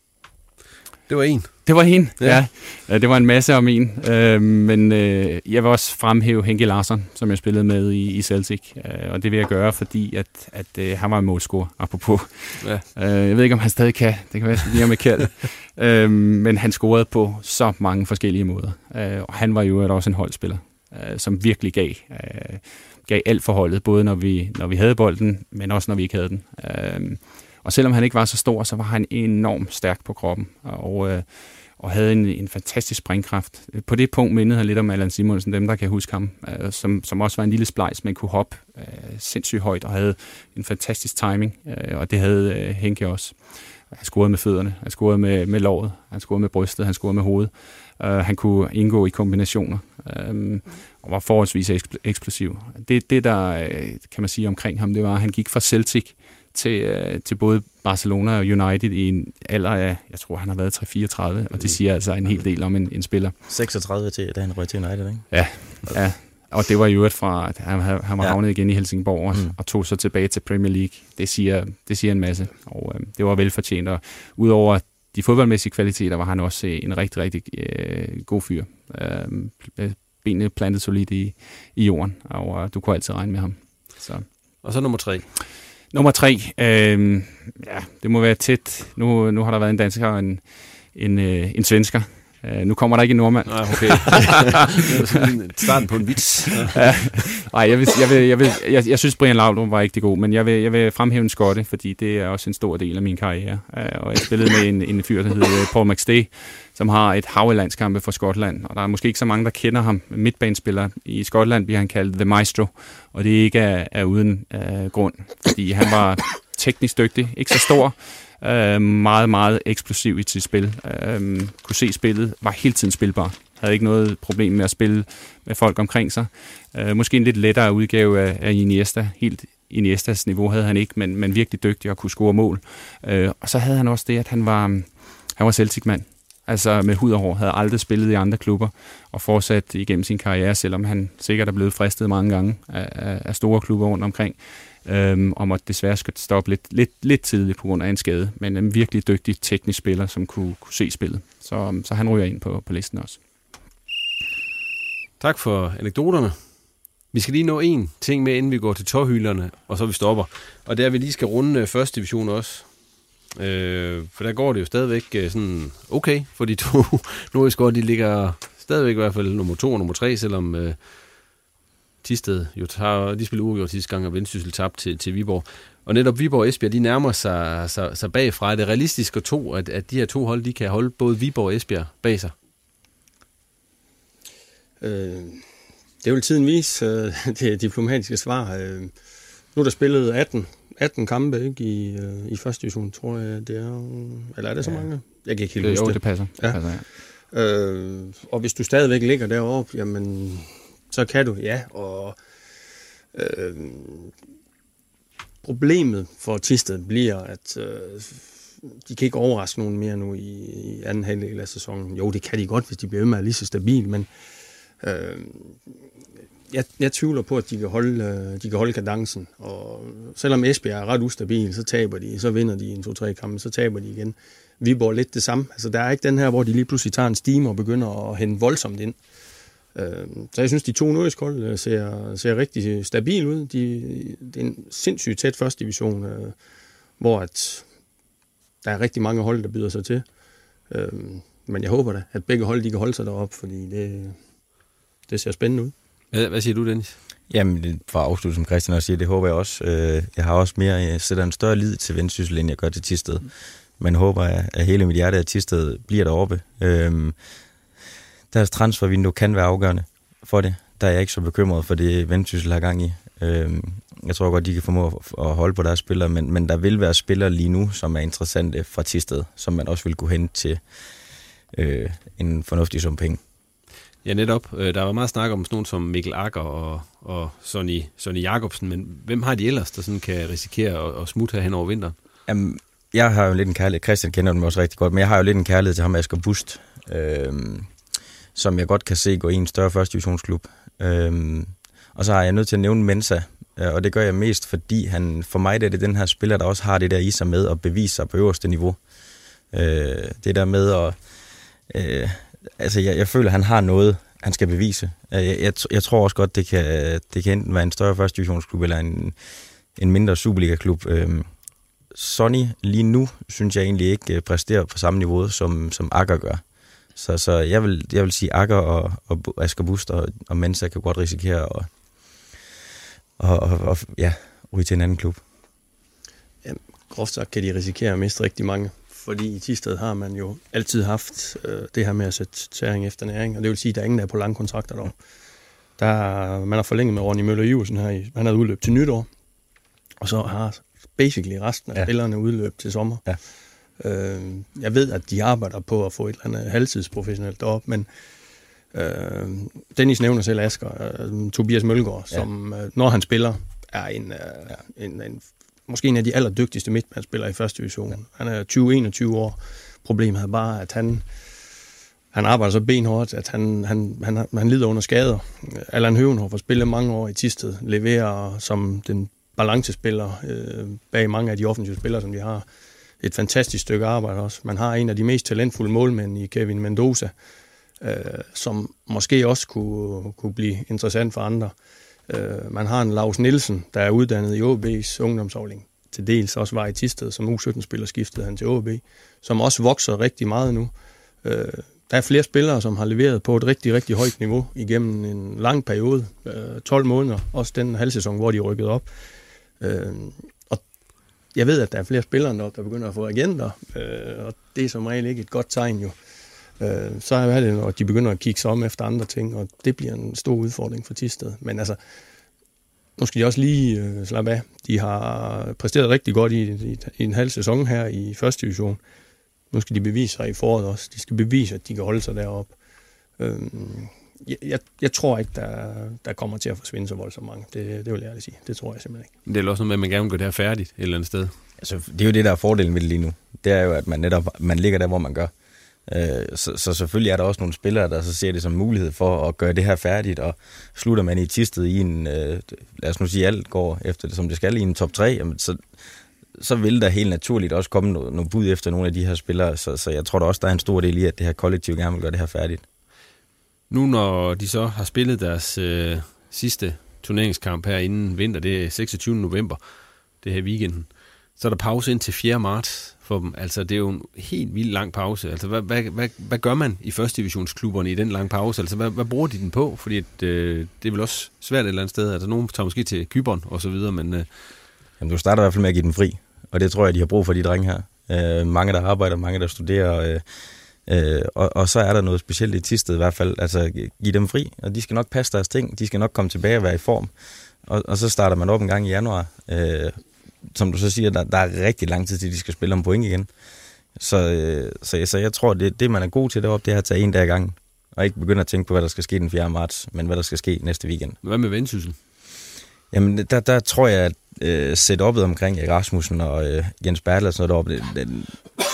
Det var en. Det var en, ja. Det var en masse om en. Men jeg vil også fremhæve Henke Larsson, som jeg spillede med i Celtic. Og det vil jeg gøre, fordi at han var en målscorer, apropos. Ja. Jeg ved ikke, om han stadig kan. Det kan være lige om jeg kan. Men han scorede på så mange forskellige måder. Og han var jo også en holdspiller, som virkelig gav alt for holdet, både når vi havde bolden, men også når vi ikke havde den. Og selvom han ikke var så stor, så var han enormt stærk på kroppen, og havde en fantastisk springkraft. På det punkt mindede han lidt om Allan Simonsen, dem der kan huske ham, som også var en lille splejs, men kunne hoppe sindssygt højt og havde en fantastisk timing, og det havde Henke også. Han scorede med fødderne, han scorede med låret, han scorede med brystet, han scorede med hovedet. Han kunne indgå i kombinationer, og var forholdsvis eksplosiv. Det der, kan man sige omkring ham, det var, at han gik fra Celtic til både Barcelona og United i en alder af, jeg tror, han har været 3-34, og det siger altså en hel del om en spiller. 36 til, da han røg til United, ikke? Ja. Og det var jo fra, at han var havnet igen i Helsingborg og tog så tilbage til Premier League. Det siger en masse, og det var velfortjent. Og udover de fodboldmæssige kvaliteter, var han også en rigtig, rigtig god fyr. Benene plantet solidt i jorden, og du kunne altid regne med ham. Så. Og så nummer 3. Nummer 3, det må være tæt. Nu har der været en dansker og en svensker. Nu kommer der ikke en nordmand. Nej, okay. Starten på en vits. Nej, jeg synes, Brian Laudrup var rigtig god, men jeg vil fremhæve en skotte, fordi det er også en stor del af min karriere. Og jeg spillede med en fyr, der hedder Paul McStay, som har et hav af landskampe for Skotland, og der er måske ikke så mange, der kender ham. Midtbanespiller i Skotland bliver han kaldt The Maestro, og det ikke er uden grund, fordi han var teknisk dygtig, ikke så stor, meget, meget eksplosiv i sit spil. Kunne se spillet, var hele tiden spilbar. Havde ikke noget problem med at spille med folk omkring sig. Måske en lidt lettere udgave af Iniesta. Helt Iniestas niveau havde han ikke, men virkelig dygtig og kunne score mål. Og så havde han også det, at han var Celtic-mand. Altså med hud og hår, havde aldrig spillet i andre klubber og fortsat igennem sin karriere, selvom han sikkert er blevet fristet mange gange af store klubber rundt omkring. Og måtte desværre stoppe lidt tidligt på grund af en skade, men en virkelig dygtig teknisk spiller, som kunne se spillet. Så han ryger ind på listen også. Tak for anekdoterne. Vi skal lige nå en ting med, inden vi går til tårhylderne, og så vi stopper. Og det er, at vi lige skal runde første division også. For der går det jo stadigvæk sådan okay for de to nordjyske hold. De ligger stadigvæk i hvert fald nummer 2 og nummer 3, selvom Thisted jo de spillede uafgjort sidste gang, og Vendsyssel tabte til Viborg. Og netop Viborg og Esbjerg, de nærmer sig bagfra. Er det realistisk at tro, at de her to hold, de kan holde både Viborg og Esbjerg bag sig? Det vil tiden vise, det diplomatiske svar. Nu er der spillet 18 kampe, ikke, i første division, tror jeg, det er. Eller er det så mange? Jeg kan ikke helt huske det. Det passer. Ja. Det passer, ja. Og hvis du stadigvæk ligger deroppe, jamen, så kan du, ja. Og problemet for Thisted bliver, at de kan ikke overraske nogen mere nu i anden halvdel af sæsonen. Jo, det kan de godt, hvis de bliver ved med at lige så stabil, men jeg tvivler på, at de kan holde kadencen. Og selvom Esbjerg er ret ustabil, så taber de, så vinder de en 2-3 kampe, så taber de igen. Viborg lidt det samme. Altså, der er ikke den her, hvor de lige pludselig tager en stime og begynder at hente voldsomt ind. Så jeg synes, de to nordjyske hold ser rigtig stabil ud. Det er en sindssygt tæt første division, hvor at der er rigtig mange hold, der byder sig til. Men jeg håber da, at begge hold de kan holde sig deroppe, fordi det ser spændende ud. Hvad siger du, Dennis? Jamen, for at afslutte, som Christian også siger, det håber jeg også. Jeg har også jeg sætter en større lid til Vendsyssel, end jeg gør til Thisted. Men håber af hele mit hjerte, at Thisted bliver deroppe. Deres transfervindue kan være afgørende for det. Der er jeg ikke så bekymret for det, Vendsyssel har gang i. Jeg tror godt, de kan formå at holde på deres spillere, men der vil være spillere lige nu, som er interessante fra Thisted, som man også vil kunne hente til en fornuftig sum penge. Ja, netop. Der var meget snak om sådan nogen som Mikkel Akker og Sonny Jacobsen, men hvem har de ellers, der sådan kan risikere at smutte her hen over vinteren? Jamen, jeg har jo lidt en kærlighed, Christian kender dem også rigtig godt, men jeg har jo lidt en kærlighed til ham, Asger Bust, som jeg godt kan se gå i en større første divisionsklub. Og så har jeg nødt til at nævne Mensa, og det gør jeg mest, fordi for mig det er det den her spiller, der også har det der i sig med at bevise sig på øverste niveau. Det der med at... Altså, jeg føler, at han har noget, han skal bevise. Jeg tror også godt, det kan enten være en større første divisionsklub eller en mindre Superliga-klub. Sonny lige nu, synes jeg egentlig ikke præsterer på samme niveau, som Akker gør. Så jeg vil sige, Akker og Asger Bust og Mensa kan godt risikere at ryge til en anden klub. Ja, groft sagt kan de risikere at miste rigtig mange. Fordi i Thisted har man jo altid haft det her med at sætte tæring efter næring, og det vil sige, at der er ingen, der er på lange kontrakter derovre. Man har forlænget med Ronny Møller Iversen her, han har udløb til nytår, og så har basically resten af spillerne udløb til sommer. Ja. Jeg ved, at de arbejder på at få et eller andet halvtidsprofessionelt deroppe, men Dennis nævner selv Asger, Tobias Mølgaard, som når han spiller, er en måske en af de allerdygtigste midtbanespillere i første division. Ja. Han er 20-21 år. Problemet er bare, at han arbejder så benhårdt, at han lider under skader. Allan Høvenhoff har spillet mange år i Thisted, leverer som den balancespiller bag mange af de offensive spillere, som de har. Et fantastisk stykke arbejde også. Man har en af de mest talentfulde målmænd i Kevin Mendoza, som måske også kunne blive interessant for andre. Man har en Lars Nielsen, der er uddannet i AaB's ungdomsafdeling. Til dels også var i Thisted, som U17-spiller skiftede han til AaB, som også vokser rigtig meget nu. Der er flere spillere, som har leveret på et rigtig, rigtig højt niveau igennem en lang periode. 12 måneder, også den halvsæson, hvor de rykkede op. Og jeg ved, at der er flere spillere, der begynder at få agenter, og det er som regel ikke et godt tegn jo. Så er det, når de begynder at kigge sig om efter andre ting, og det bliver en stor udfordring for Thisted. Men altså, nu skal de også lige slappe af. De har præsteret rigtig godt i en halv sæson her i første division. Nu skal de bevise sig i foråret også. De skal bevise, at de kan holde sig deroppe. Jeg tror ikke, der kommer til at forsvinde så voldsomt mange. Det vil jeg ærligt sige. Det tror jeg simpelthen ikke. Det er også noget med, at man gerne vil gøre det her færdigt et eller andet sted. Altså, det er jo det, der er fordelen ved det lige nu. Det er jo, at man ligger der, hvor man gør. Så selvfølgelig er der også nogle spillere, der så ser det som mulighed for at gøre det her færdigt, og slutter man i Thisted i en, lad os nu sige, alt går efter det, som det skal, i en top 3, jamen, så vil der helt naturligt også komme noget bud efter nogle af de her spillere, så jeg tror da også, der er en stor del i, at det her kollektiv gerne vil gøre det her færdigt. Nu når de så har spillet deres sidste turneringskamp her inden vinter, det er 26. november, det her weekenden, så er der pause ind til 4. marts for dem. Altså, det er jo en helt vildt lang pause. Altså, hvad gør man i første divisionsklubberne i den lange pause? Altså, hvad bruger de den på? Fordi det er vel også svært et eller andet sted. Altså, nogen tager måske til Cypern og så videre, men... Jamen, du starter i hvert fald med at give den fri, og det tror jeg, de har brug for, de drenge her. Mange, der arbejder, mange, der studerer, og så er der noget specielt i Thisted i hvert fald. Altså, give dem fri, og de skal nok passe deres ting. De skal nok komme tilbage og være i form. Og så starter man op en gang i januar. Som du så siger, der er rigtig lang tid til, de skal spille om point igen. Så jeg tror, det man er god til deroppe, det er at tage en dag i gangen. Og ikke begynde at tænke på, hvad der skal ske den 4. marts, men hvad der skal ske næste weekend. Hvad med Vendsyssel? Jamen, der tror jeg, at setup'et omkring Rasmussen og Jens Bertel og sådan noget deroppe,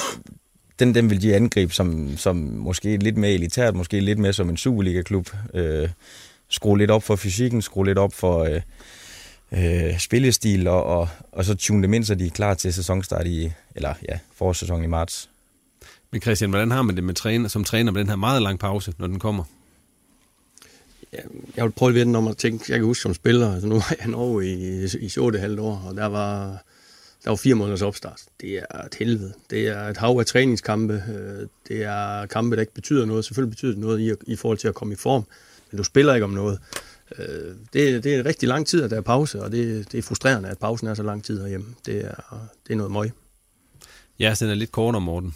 den vil de angribe som måske lidt mere elitært, måske lidt mere som en Superliga-klub. Skrue lidt op for fysikken, skrue lidt op for spillestil, og så tune dem ind, så de er klar til sæsonstart forårssæsonen i marts. Men Christian, hvordan har man det med som træner med den her meget lang pause, når den kommer? Jeg vil prøve at vende om at tænke, jeg kan huske som spiller, altså nu var jeg i Norge i 8,5 år, og der var 4 måneders opstart. Det er et helvede. Det er et hav af træningskampe. Det er kampe, der ikke betyder noget. Selvfølgelig betyder det noget i forhold til at komme i form, men du spiller ikke om noget. Det er en rigtig lang tid, at der er pause, og det er frustrerende, at pausen er så lang tid herhjemme. Det er noget møg. Ja, så den er lidt kortere, Morten.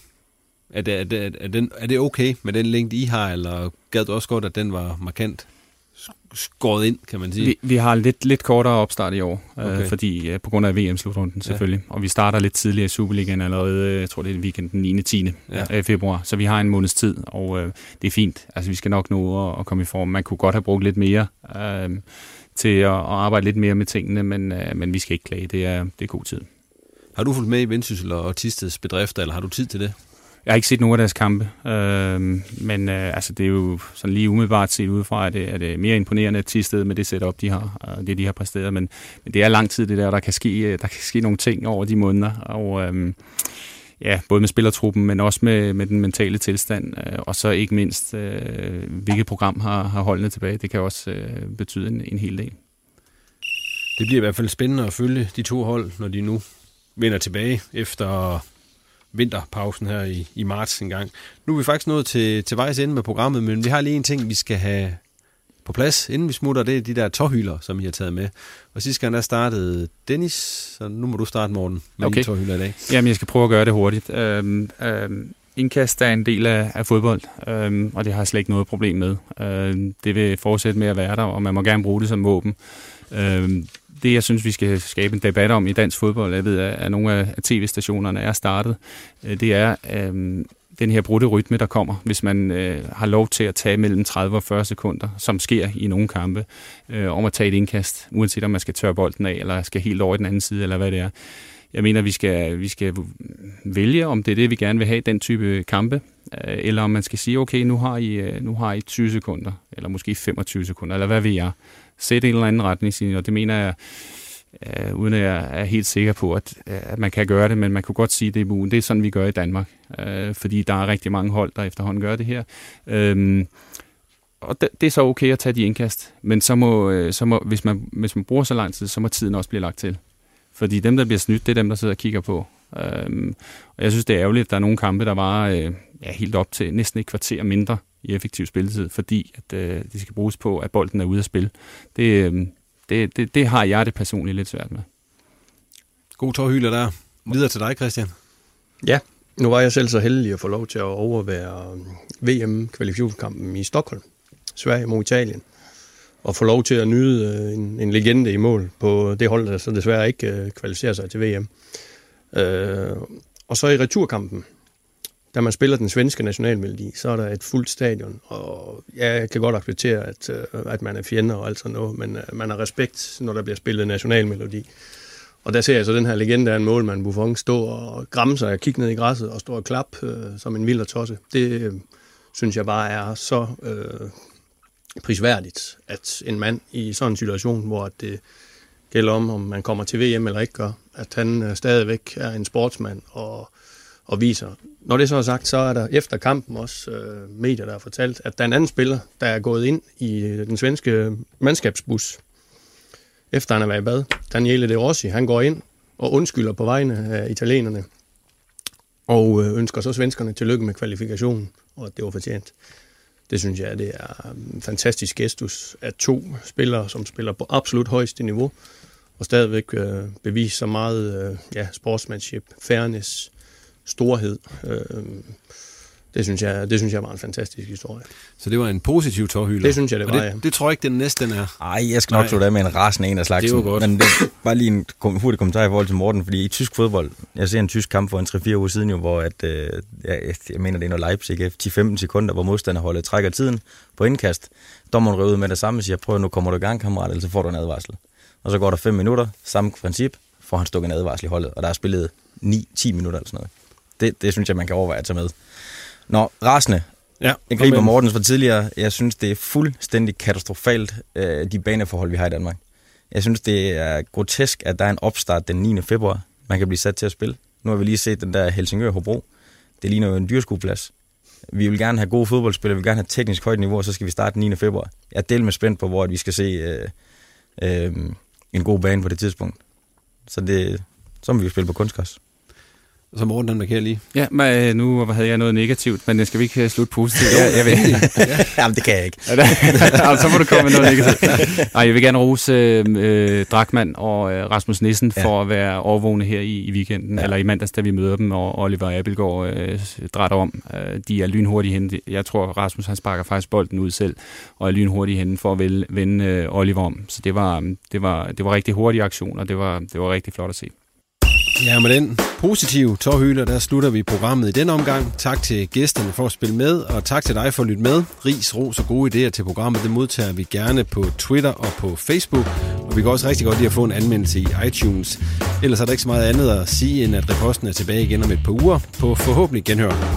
Er det okay med den længde, I har, eller gad du også godt, at den var markant skåret ind, kan man sige? Vi har lidt kortere opstart i år, okay. Fordi på grund af VM-slutrunden selvfølgelig. Ja. Og vi starter lidt tidligere i Superligaen allerede, jeg tror det er weekenden 9. 10. Februar. Så vi har en måneds tid, og det er fint. Altså vi skal nok nå at komme i form. Man kunne godt have brugt lidt mere til at arbejde lidt mere med tingene, men vi skal ikke klage. Det er god tid. Har du fulgt med i Vendsyssel og Thisteds bedrifter, eller har du tid til det? Jeg har ikke set nogen af deres kampe, men altså det er jo sådan lige umiddelbart set udefra, at det er mere imponerende at Thisted med det setup, de har, det de har præsteret, men det er lang tid det der kan ske nogle ting over de måneder, og både med spillertruppen, men også med den mentale tilstand, og så ikke mindst, hvilket program har holdene tilbage. Det kan også betyde en hel del. Det bliver i hvert fald spændende at følge de to hold, når de nu vender tilbage efter vinterpausen her i marts engang. Nu er vi faktisk nået til vejs ende med programmet, men vi har lige en ting, vi skal have på plads, inden vi smutter. Det er de der tårhylder, som I har taget med. Og sidste gang der startede Dennis, så nu må du starte, Morten, med de tårhylder i dag. Jamen, jeg skal prøve at gøre det hurtigt. Indkast er en del af fodbold, og det har jeg slet ikke noget problem med. Det vil fortsætte med at være der, og man må gerne bruge det som våben. Det, jeg synes, vi skal skabe en debat om i dansk fodbold, jeg ved, at nogle af tv-stationerne er startet, det er den her brudte rytme, der kommer, hvis man har lov til at tage mellem 30 og 40 sekunder, som sker i nogle kampe, om at tage et indkast, uanset om man skal tørre bolden af, eller skal helt over i den anden side, eller hvad det er. Jeg mener, vi skal vælge, om det er det, vi gerne vil have, den type kampe, eller om man skal sige, okay, nu har I 20 sekunder, eller måske 25 sekunder, eller hvad ved jeg. Sæt en eller anden retningslinje, og det mener jeg, uden at jeg er helt sikker på, at man kan gøre det, men man kunne godt sige, at det er muligt. Det er sådan, vi gør i Danmark, fordi der er rigtig mange hold, der efterhånden gør det her. Og det er så okay at tage de indkast, men så må hvis man bruger så lang tid, så må tiden også blive lagt til. Fordi dem, der bliver snydt, det er dem, der sidder og kigger på. Og jeg synes, det er ærgerligt, at der er nogle kampe, der var helt op til næsten et kvarter mindre i effektiv spilletid, fordi at de skal bruges på, at bolden er ude at spille. Det har jeg det personligt lidt svært med. God tårhylder der. Videre til dig, Christian. Ja, nu var jeg selv så heldig at få lov til at overvære VM-kvalifikationskampen i Stockholm, Sverige mod Italien, og få lov til at nyde en legende i mål på det hold, der så desværre ikke kvalificerer sig til VM. Og så i returkampen, da man spiller den svenske nationalmelodi, så er der et fuldt stadion, og jeg kan godt acceptere, at man er fjender og alt sådan noget, men man har respekt, når der bliver spillet nationalmelodi. Og der ser jeg så den her legende af en målmand, Buffon, stå og gramme sig og kigge ned i græsset og stå og klappe som en vild og tosse. Det synes jeg bare er så prisværdigt, at en mand i sådan en situation, hvor det gælder om man kommer til VM eller ikke gør, at han stadigvæk er en sportsmand og viser. Når det så er sagt, så er der efter kampen også medier, der har fortalt, at der er en anden spiller, der er gået ind i den svenske mandskabsbus, efter han har været i bad. Daniele De Rossi, han går ind og undskylder på vegne af italienerne, og ønsker så svenskerne tillykke med kvalifikationen, og at det var fortjent. Det synes jeg, det er en fantastisk gestus, at 2 spillere, som spiller på absolut højeste niveau, og stadigvæk beviser så meget sportsmanship, fairness, storhed. Det synes jeg var en fantastisk historie. Så det var en positiv tårhylder? Det synes jeg, det var, ja. Det tror jeg ikke, den næste er. Ej, jeg skal nok slå det med en rasende en af slagsen. Det er jo godt. Men bare lige en hurtig kommentar i forhold til Morten, fordi i tysk fodbold, jeg ser en tysk kamp for en 3-4 uger siden, jo, hvor jeg mener, det er noget Leipzig, 10-15 sekunder, hvor modstanderholdet trækker tiden på indkast. Dommeren røver ud med det samme og siger, prøv nu kommer du i gang, kammerat, eller så får du en advarsel. Og så går der 5 minutter, samme princip, får han stukket en advarsel i holdet, og der er spillet 9-10 minutter eller sådan noget. Det synes jeg, man kan overveje at tage med. Nå, rasende. Ja, jeg griber Mortens for tidligere. Jeg synes, det er fuldstændig katastrofalt, de baneforhold, vi har i Danmark. Jeg synes, det er grotesk, at der er en opstart den 9. februar. Man kan blive sat til at spille. Nu har vi lige set den der Helsingør-Hobro. Det ligner jo en dyrskueplads. Vi vil gerne have gode fodboldspillere, vi vil gerne have teknisk højt niveau, og så skal vi starte den 9. februar. Jeg er delt med spændt på, hvor vi skal se en god bane på det tidspunkt. Så må vi jo spille på kunstgræs. Så Morten, den markerer lige. Ja, men nu havde jeg noget negativt, men skal vi ikke slutte positivt? Jeg vil. Jamen, det kan jeg ikke. Så må du komme med noget negativt. Nej, jeg vil gerne rose Drachmann og Rasmus Nissen for at være overvågne her i weekenden, eller i mandags, da vi møder dem, og Oliver Abildgaard drætter om. De er lynhurtige henne. Jeg tror, Rasmus han sparker faktisk bolden ud selv, og er lynhurtige henne for at vende Oliver om. Så det var rigtig hurtige aktioner, det var rigtig flot at se. Ja, med den positive tårhyler, der slutter vi programmet i denne omgang. Tak til gæsterne for at spille med, og tak til dig for at lytte med. Ris, ros og gode idéer til programmet, det modtager vi gerne på Twitter og på Facebook. Og vi kan også rigtig godt lide at få en anmeldelse i iTunes. Ellers er der ikke så meget andet at sige, end at Reposten er tilbage igen om et par uger på forhåbentlig genhør.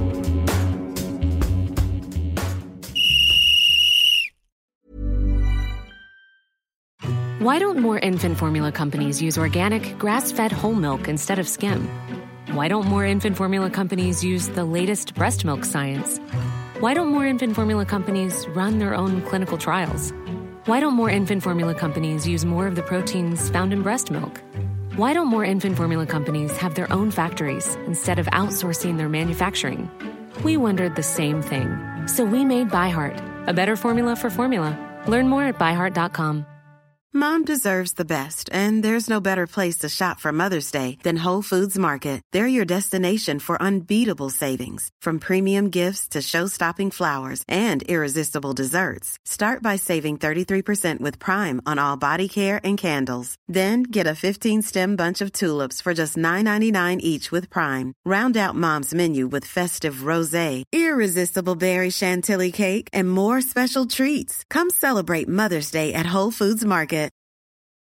Why don't more infant formula companies use organic, grass-fed whole milk instead of skim? Why don't more infant formula companies use the latest breast milk science? Why don't more infant formula companies run their own clinical trials? Why don't more infant formula companies use more of the proteins found in breast milk? Why don't more infant formula companies have their own factories instead of outsourcing their manufacturing? We wondered the same thing. So we made ByHeart, a better formula for formula. Learn more at byheart.com. Mom deserves the best, and there's no better place to shop for Mother's Day than Whole Foods Market. They're your destination for unbeatable savings, from premium gifts to show-stopping flowers and irresistible desserts. Start by saving 33% with Prime on all body care and candles. Then get a 15-stem bunch of tulips for just $9.99 each with Prime. Round out Mom's menu with festive rosé, irresistible berry chantilly cake, and more special treats. Come celebrate Mother's Day at Whole Foods Market.